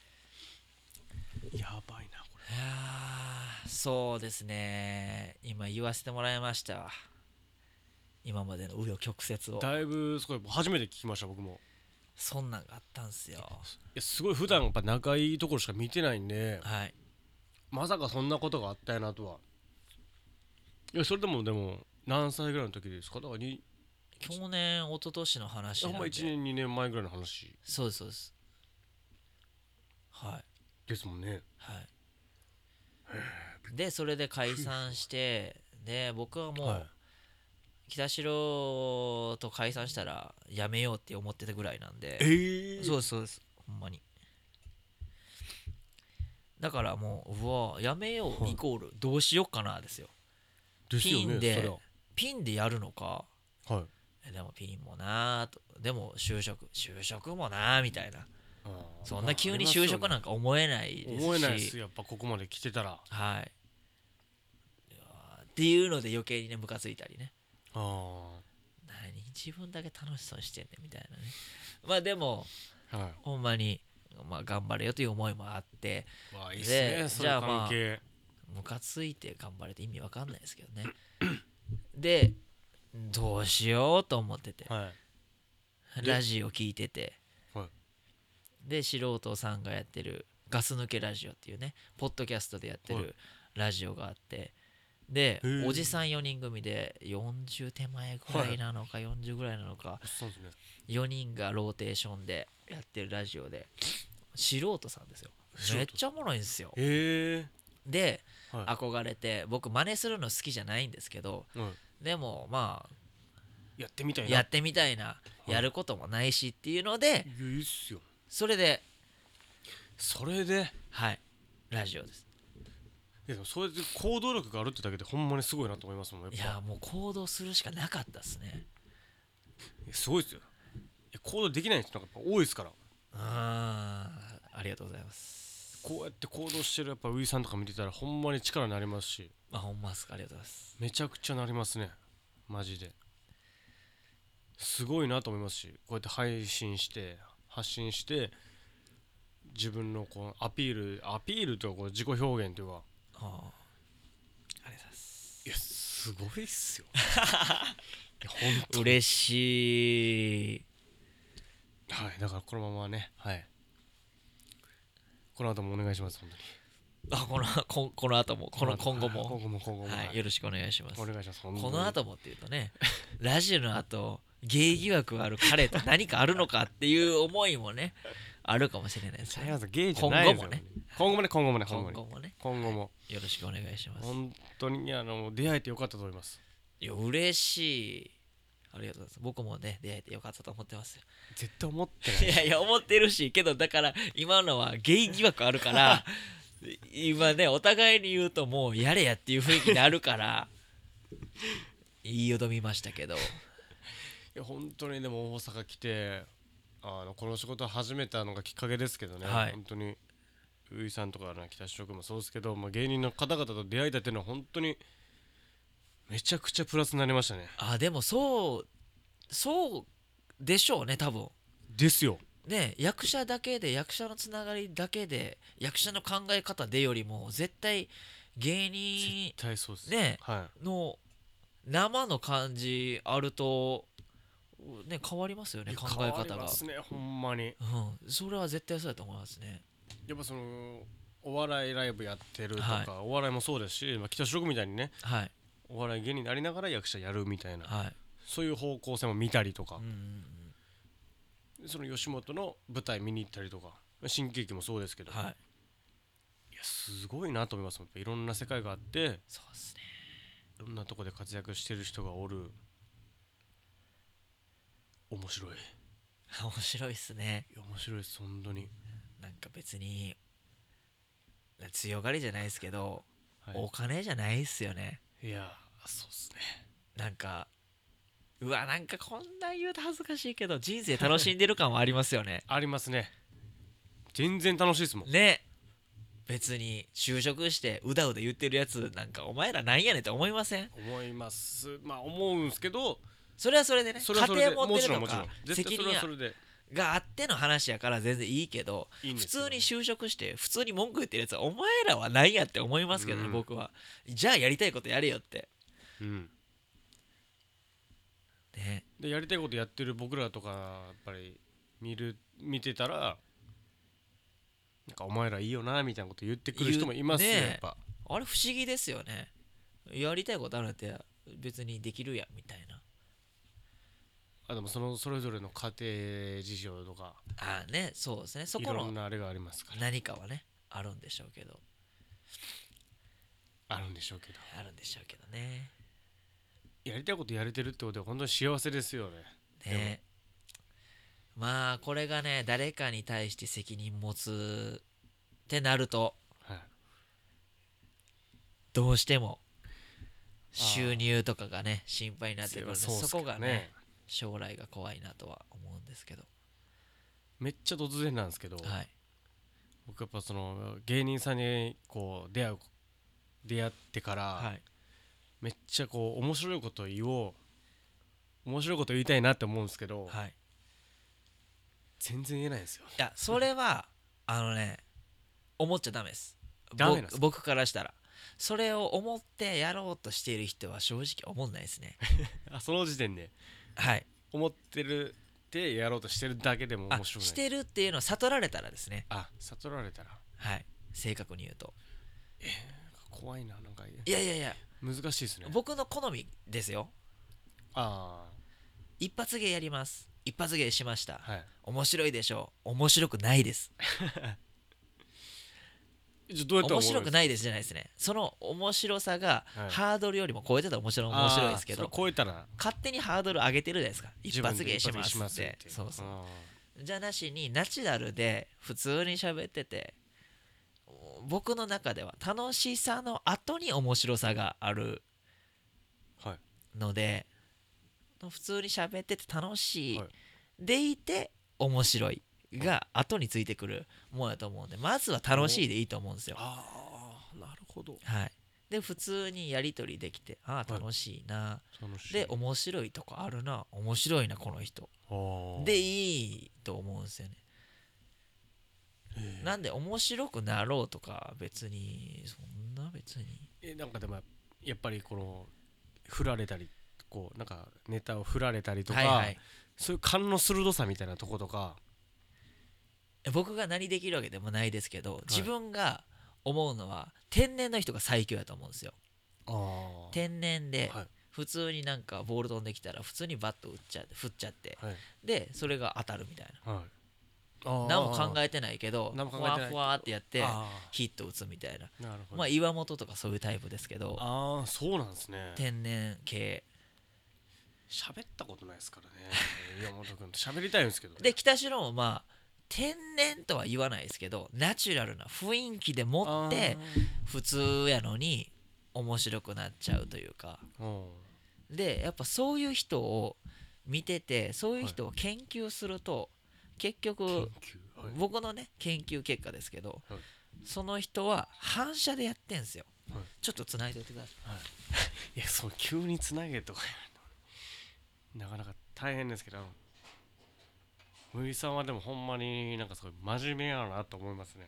やばいなこいやーそうですね今言わせてもらいましたわ今までの紆余曲折をれだいぶすごい初めて聞きました僕もそんなんがあったんすよいやすごい普段やっぱ仲いいところしか見てないんではいまさかそんなことがあったやなとはいやそれでもでも何歳ぐらいの時ですかだからに去年一昨年の話なんでほんまいちねんにねんまえぐらいの話そうですそうですはいですもんねはいでそれで解散してで僕はもう、 はい北城と解散したらやめようって思ってたぐらいなんでええそうですそうですほんまにだからもううわやめようはいイコールどうしよっかなですよですよねピンでそりゃピンでやるのかはいえでもピンもなーとでも就職就職もなーみたいなあーそんな急に就職なんか思えないですし思えないですやっぱここまで来てたらはいいやーっていうので余計にねムカついたりねあ何自分だけ楽しそうにしてんねんみたいなねまあでもあはいほんまに、まあ、頑張れよという思いもあってわあいいっすねでそういう関係ムカついて頑張れって意味わかんないですけどねでどうしようと思っててはいラジオ聞いててはいで素人さんがやってるガス抜けラジオっていうねポッドキャストでやってはいるラジオがあってでへーおじさんよにん組でよんじゅう手前ぐらいなのかよんじゅうぐらいなのかそうですねよにんがローテーションでやってるラジオで素人さんですよ素人めっちゃおもろいんですよへえではい憧れて僕真似するの好きじゃないんですけどはでもまあいやってみたいなやってみたいなやることもないしっていうのでいやいいっすよそれでそれではいラジオですいやでもそれで行動力があるってだけでほんまにすごいなと思いますもんやっぱいやもう行動するしかなかったですねいやすごいですよいや行動できない人なんかやっぱ多いですからあーありがとうございますこうやって行動してるやっぱウイさんとか見てたらほんまに力になりますしあほんまですかありがとうございますめちゃくちゃなりますねマジですごいなと思いますしこうやって配信して発信して自分のこうアピールアピールというかこう自己表現というかあすごいっすよ。いや本当に嬉しい。 はいだからこのままねはいこの後もお願いします本当に。 あこのここの後もこの今後も、 はい今後も今後も、 はい、よろしくお願いします。 お願いします本当に。 この後もっていうとねラジオの後ゲイ疑惑ある彼と何かあるのかっていう思いもねあるかもしれないですね。 ゲイじゃないですよ今後もね今後もね今後もね今今後も後もね今後もよろしくお願いします。 本当にあの出会えてよかったと思います。 いや嬉しい。ありがとうございます。僕もね出会えてよかったと思ってますよ。 絶対思ってないいやいや思ってるしけどだから今のはゲイ疑惑あるから今ねお互いに言うともうやれやっていう雰囲気になるから言いよどみましたけど。 いや本当にでも大阪来てあのこの仕事を始めたのがきっかけですけどね、 はい本当にういさんとかの北志君もそうですけど、まあ、芸人の方々と出会えたっていうのは本当にめちゃくちゃプラスになりましたね。 あでもそうそうでしょうね多分ですよね。役者だけで役者のつながりだけで役者の考え方でよりも絶対芸人絶対そうですねはの生の感じあるとね変わりますよいね考え変わり方が。 ますねほんまに。 うん、それは絶対そうだと思いますね。 やっぱそのお笑いライブやってるとか、 はいお笑いもそうですし、まあ、北志君みたいにねはいお笑い芸人になりながら役者やるみたいな、 はい。 そういう方向性も見たりとかうん、うんうん、 その吉本の舞台見に行ったりとか新喜劇もそうですけど、 はい。 いやすごいなと思います。やっぱいろんな世界があってそうですね。 いろんなとこで活躍してる人がおる。面白い。い面白いっすね。 や面白いです本当に。 なんか別に強がりじゃないですけど、 はい、 お金じゃないっすよね。 いやそうっすね。 なんかうわなんかこんなん言うと恥ずかしいけど人生楽しんでる感はありますよね。 ありますね。全然楽しいですもん。 ね。別に就職してうだうだ言ってるやつなんかお前らなんやねんって思いません？ 思います。まあ思うんすけどそれはそれでねそれはそれで家庭持ってるともちろんかもちろん絶対責任それはそれでがあっての話やから全然いいけどいいんですよ普通に就職して普通に文句言ってるやつはお前らは何やって思いますけどね、 うん僕は。じゃあやりたいことやれよってうんね。 でやりたいことやってる僕らとかやっぱり見る見てたらなんかお前らいいよなみたいなこと言ってくる人もいますよ、 言うねやっぱ。 あれ不思議ですよね。やりたいことあるって別にできるやんみたいな。 あでもそのそれぞれの家庭事情とかああねそうですねそいこのろんなあれがありますから何かはねあるんでしょうけどあるんでしょうけどあるんでしょうけどね。 やりたいことやれてるってことは本当に幸せですよね。 ねまあこれがね誰かに対して責任持つってなるとはいどうしても収入とかがね心配になってくるんでそうっすかそこがね将来が怖いなとは思うんですけど。 めっちゃ突然なんですけど、 はい僕やっぱその芸人さんにこう出会う出会ってから、 はいめっちゃこう面白いこと言おう面白いこと言いたいなって思うんですけど、 はい全然言えないんですよ。 いやそれはあのね思っちゃダメです。 ダメなんですか？ 僕僕からしたらそれを思ってやろうとしている人は正直思んないですね。 あその時点ではい思ってるってやろうとしてるだけでもあ面白くない。 してるっていうのを悟られたらですね。 あ悟られたらはい正確に言うと怖いななんかいやいやいや難しいですね。 僕の好みですよ。 あ一発芸やります一発芸しました、 あはい面白いでしょう面白くないです。 じゃあどうやって面白くいないですじゃないですね。その面白さがはいハードルよりも超えてたら面白い面白いですけど、 超えたら勝手にハードル上げてるじゃないですか。一発芸しま自分で一発すって芸しますってそうそうあじゃなしにナチュラルで普通に喋ってて僕の中では楽しさの後に面白さがあるーはいので普通に喋ってて楽しい、 はいでいて面白いが後についてくるものだと思うんでまずは楽しいでいいと思うんですよ。 ああなるほどはい、で普通にやり取りできてああ楽しいな、 楽しいで面白いとこあるな面白いなこの人あーでいいと思うんですよね。なんで面白くなろうとか別にそんな別にえなんかでもやっぱりこの振られたりこうなんかネタを振られたりとか、 はいはい、 そういう勘の鋭さみたいなとことか、 僕が何できるわけでもないですけど、自分が思うのは天然の人が最強やと思うんですよ。 あ天然ではい普通になんかボール飛んできたら普通にバット打っちゃって振っちゃって、 はいでそれが当たるみたいな、 はいあ何も考えてないけど何もふ考えてないわふわってやってあヒット打つみたいな。 ーなるほど、 まあ岩本とかそういうタイプですけど、 ああそうなんですね。 天然系喋ったことないですからね岩本君と喋りたいんですけどね。 で、北城もまあ天然とは言わないですけどナチュラルな雰囲気でもって普通やのに面白くなっちゃうというか、でやっぱそういう人を見ててそういう人を研究すると、結局研究、はい、 僕のね研究結果ですけど、 はい、 その人は反射でやってんすよ、 はい、 ちょっとつないでおいてください。 はい、いやそう急につなげとかなかなか大変ですけど、むいさんはでもほんまになんかすごい真面目やなと思いますね。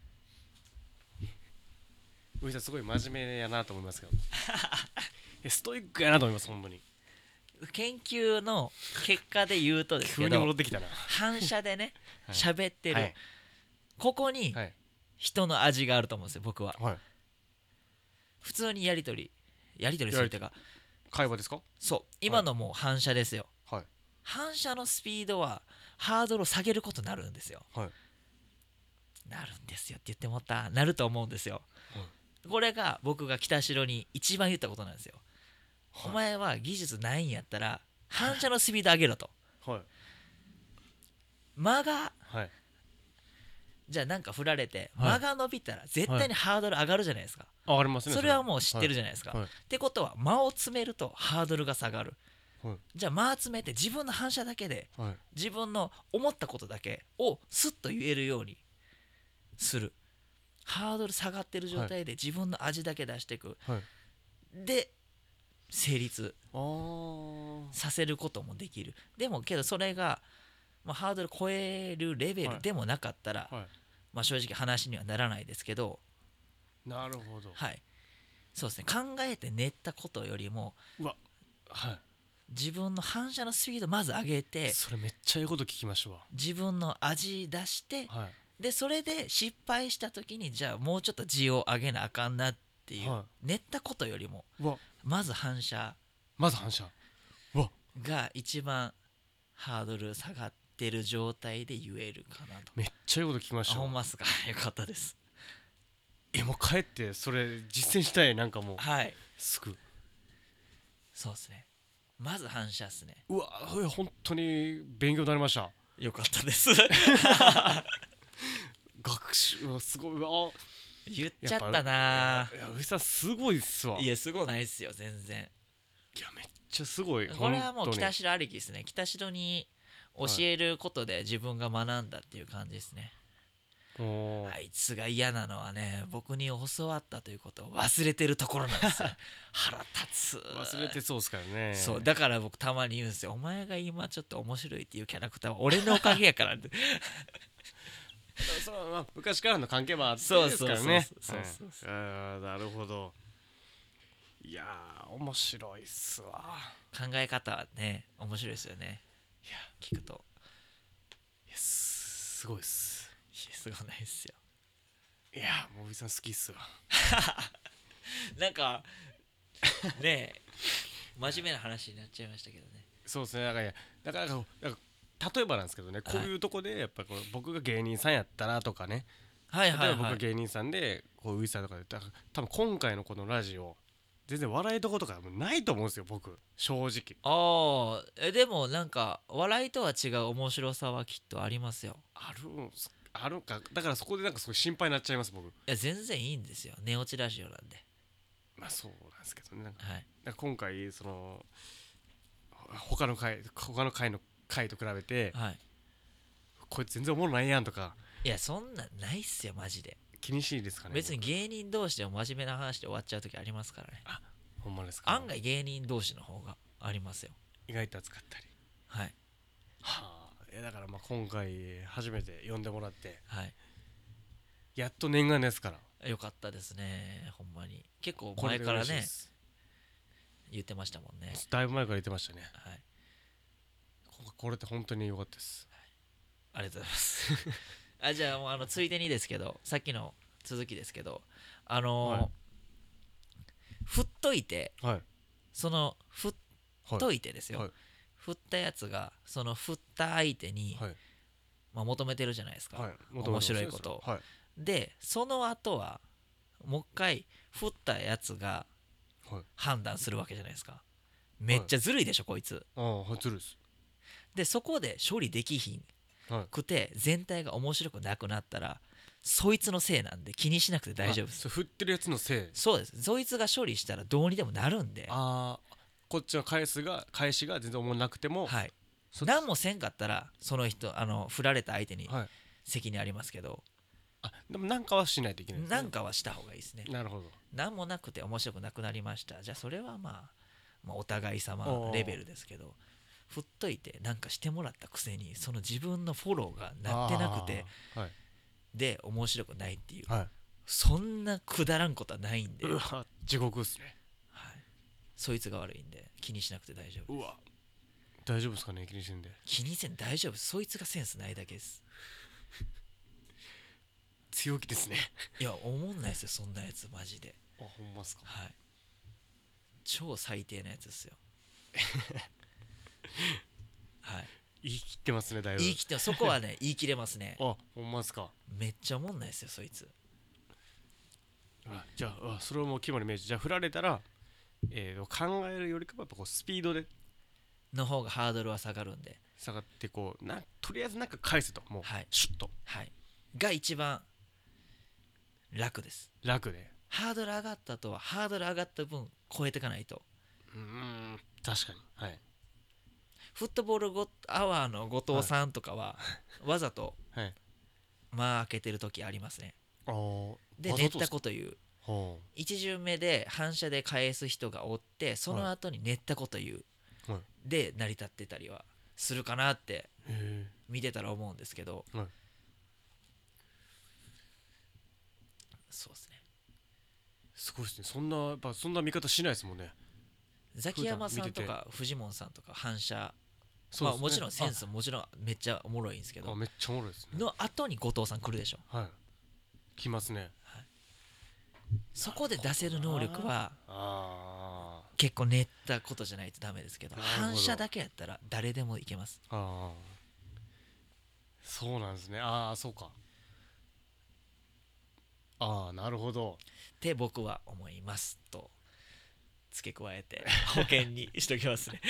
むいさんすごい真面目やなと思いますけどいやストイックやなと思います本当に。 研究の結果で言うとですけ急にど戻ってきたな反射でねはい喋ってる、 はいここにはい人の味があると思うんですよ僕は。 はい普通にやり取りやり取りするっていうか、 会話ですか。 そう今のもう反射ですよ。 はい反射のスピードはハードルを下げることになるんですよ。 はいなるんですよって言ってもったなると思うんですよ、 はいこれが僕が北城に一番言ったことなんですよ、 はいお前は技術ないんやったら反射のスピード上げろと。 はい間がはいじゃあなんか振られてはい間が伸びたら絶対にハードル上がるじゃないですか、 あありますね。 それはもう知ってるじゃないですか、 はいはいってことは間を詰めるとハードルが下がる。 はいじゃあ間詰めて自分の反射だけではい自分の思ったことだけをスッと言えるようにする。ハードル下がってる状態で自分の味だけ出していく、 はいで成立あーさせることもできる。でもけどそれが、まあ、ハードル超えるレベルでもなかったら、 はいまあ、正直話にはならないですけど、 なるほど。 はいそうですね、考えて練ったことよりもうわはい自分の反射のスピードまず上げてそれめっちゃいいこと聞きましたわ。 自分の味出してはいでそれで失敗した時にじゃあもうちょっと字を上げなあかんなっていう、 は練ったことよりもうわまず反射まず反射うわが一番ハードル下がってる状態で言えるかなと。 めっちゃいいこと聞きましあたわ。 ほんますかよかったです。 えもう帰ってそれ実践したい。なんかもうはいすぐそうですね、まず反射っすね。 うわいや本当に勉強になりました。 よかったです学習はすごいうわ言っちゃったな。 いや上さんすごいっすわ。いやいやすごないっすよ全然。 めっちゃすごい。 これはもう本当に北城ありきですね。北城に教えることで自分が学んだっていう感じですね。 おーあいつが嫌なのはね僕に教わったということを忘れてるところなんですよ腹立つ。 忘れてそうっすからね。 そうだから僕たまに言うんですよ、お前が今ちょっと面白いっていうキャラクターは俺のおかげやからってそれはまあ昔からの関係もあってそうですからね。 そうそうそうそうはいあーなるほど。いやー面白いっすわ。 考え方はね面白いですよね。 いや聞くといやすすごいっす。 いやすごないですよ。 いやもうおじさん好きっすわ。 なんかねえ真面目な話になっちゃいましたけどね。 そうですね。だからいやだからなんかなんか例えばなんですけどね、こういうとこでやっぱこう僕が芸人さんやったらとかね、 はい例えば僕はいはい。 が芸人さんでこうウイさんとかでだから多分今回のこのラジオ全然笑いどころとかもうないと思うんですよ僕正直。 ああえでもなんか笑いとは違う面白さはきっとありますよ。 あるんすあるんか。だからそこでなんかすごい心配になっちゃいます僕。 いや全然いいんですよ、寝落ちラジオなんで。 まあそうなんですけどね。なんかはいなんか今回その他の回他の回の回と比べてはいこいつ全然おもろないやんとかいやそんなんないっすよマジで。 気にしいですかね。 別に芸人同士でも真面目な話で終わっちゃう時ありますからね。 ほんまですか。 案外芸人同士の方がありますよ。 意外と熱かったり。 はいはあ、いやだからまあ今回初めて呼んでもらってはいやっと念願ですから。 よかったですねほんまに。結構これで前からね嬉しいです。 言ってましたもんね。 だいぶ前から言ってましたね。 はい、 ここれって本当に良かったです。 ありがとうございますあじゃあもうあのついでにですけど、さっきの続きですけど、あのーはい振っといて、 はいその振っといてですよ、 はい振ったやつがその振った相手に、 はいまあ、求めてるじゃないですか、 はい面白いことを、 はいでその後はもう一回振ったやつがはい判断するわけじゃないですか。めっちゃずるいでしょこいつ。 ああはいずるいです。 でそこで処理できひんはいくて全体が面白くなくなったらそいつのせいなんで気にしなくて大丈夫です。 あそう振ってるやつのせい。 そうです。そいつが処理したらどうにでもなるんで、 ああこっちの返すが返しが全然思わなくても、 はい、 そ何もせんかったらその人あの振られた相手にはい責任ありますけど、 あでもなんかはしないといけないですね。 なんかはした方がいいですね。 なるほど。 何もなくて面白くなくなりました。じゃあそれはまあ、まあ、お互い様おーレベルですけど、振っといてなんかしてもらったくせにその自分のフォローがなってなくてあーはいで面白くないっていう、 はいそんなくだらんことはないんで、 うわ地獄っすね。 はい、そいつが悪いんで気にしなくて大丈夫です。 うわ大丈夫ですかね気にしてんで。 気にせん大丈夫です。そいつがセンスないだけです。 強気ですね。 いや思んないですよそんなやつマジで。 あほんまっすか。 はい、超最低なやつですよはい、 言い切ってますねだいぶ。 言い切ってそこはね言い切れますね。 あほんまっすか。 めっちゃおもんないですよそいつ。 あじゃああそれをもう決まるイメージ。じゃあ振られたら、えー、考えるよりかはやっぱこうスピードでの方がハードルは下がるんで、 下がってこうなとりあえずなんか返せともう、 はいシュッとはいが一番楽です。 楽で。 ハードル上がったとはハードル上がった分超えていかないと。 うーん確かにはいフットボールゴアワーの後藤さんとかはわざとはい間開けてる時ありますね。 あーで練ったこと言う。 は一巡目で反射で返す人がおってその後に練ったこと言う、 はいで成り立ってたりはするかなってあへ見てたら思うんですけど、 えはいそうですね。 すごいですね。そんなやっぱそんな見方しないですもんね。 ザキヤマさんと普段見かフジモンさんとか反射、 そうですねまあもちろんセンスもちろんめっちゃおもろいんですけどあめっちゃおもろいですね。 の後に後藤さん来るでしょ。 はい来ますね。 そこで出せる能力はあ結構練ったことじゃないとダメですけど、 なるほど反射だけやったら誰でもいけます。 ーあーそうなんですね。ああそうか。ああなるほど。 って僕は思いますと付け加えて保険にしときますね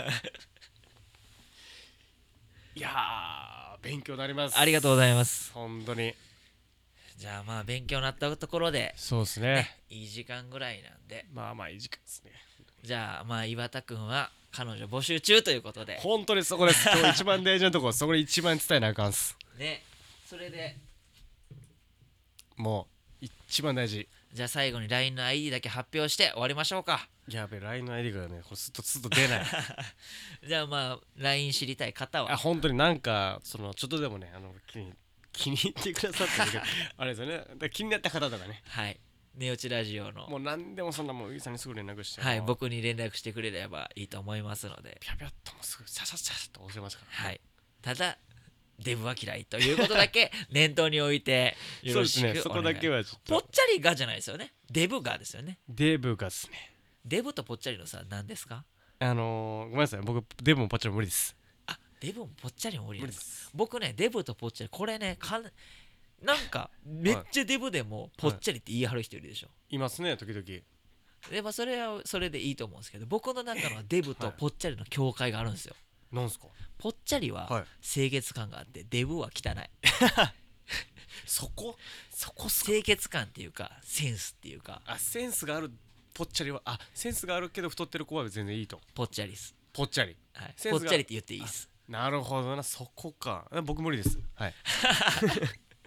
いやー勉強になります。 ありがとうございます。 本当に。 じゃあまあ勉強になったところで、 そうですね。 いい時間ぐらいなんで、 まあまあいい時間ですね。 じゃあまあ岩田くんは彼女募集中ということで本当にそこです。今日一番大事なところそこで一番伝えなあかんっす。 ね、それでもう一番大事。 じゃあ最後に ライン の アイディー だけ発表して終わりましょうか。 やべ ライン の アイディー がねこれずっとずっと出ないじゃあまあ ライン 知りたい方あは本当になんかそのちょっとでもねあの気に気に入ってくださったんだけどあれですよね。だから気になった方とかねはい寝落ちラジオのもう何でもそんなもうウィさんにすぐ連絡してはいもう僕に連絡してくれればいいと思いますので、 ピャピャっともうすぐささささっと教えますからはい、ただデブは嫌いということだけ念頭に置いてよろしくお願いそうですねそこだけはちょっとぽっちゃりがじゃないですよね。デブがですよね。 デブがですねデブとぽっちゃりの差何ですか。 あのー、ごめんなさい僕デブもパッチも無理です。 あデブもぽっちゃりも無理無理なんでですす。 僕ねデブとぽっちゃりこれねかんなんかめっちゃデブでもぽっちゃりって言い張る人いるでしょ。 いますね時々。 でまあそれはそれでいいと思うんですけど僕の中のデブとぽっちゃりの境界があるんですよ。 なんすか。 ぽっちゃりははい清潔感があってデブは汚いそこそこっすか。 清潔感っていうかセンスっていうかあセンスがあるぽっちゃりはあセンスがあるけど太ってる子は全然いいと。 ぽっちゃりです、 ぽっちゃりはい、 センスがぽっちゃりって言っていいです。 なるほどなそこか僕無理ですはい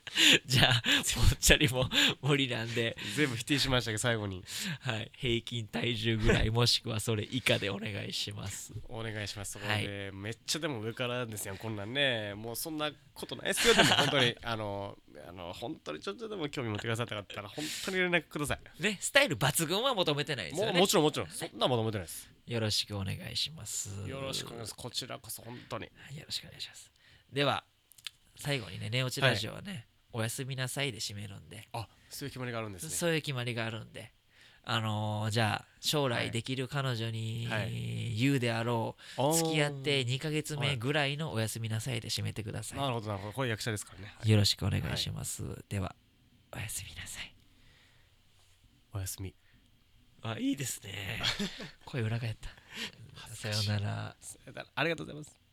じゃあぽっちゃりも無理なんで全部否定しましたけど最後にはい、平均体重ぐらいもしくはそれ以下でお願いしますお願いします。そこで、めっちゃでも上からですよこんなんね。もうそんなことないですよ。でも本当にあのあの本当にちょっとでも興味持ってくださったかったら本当に連絡くださいね。スタイル抜群は求めてないですよね。 もうもちろんもちろんそんな求めてないです。 よろしくお願いします。 よろしくお願いします。こちらこそ本当によろしくお願いします。では最後にね、寝落ちラジオはね、はい、おやすみなさいで締めるんで。 あ、そういう決まりがあるんですね。 そういう決まりがあるんで、あのー、じゃあ将来できる彼女に言うであろう、はい、付き合ってにかげつめぐらいのおやすみなさいで締めてください。 なるほどなるほど。これ役者ですからね、 はい、よろしくお願いします、はい、ではおやすみなさい。 おやすみ。 あ、いいですね声裏返ったさようなら。 ありがとうございます。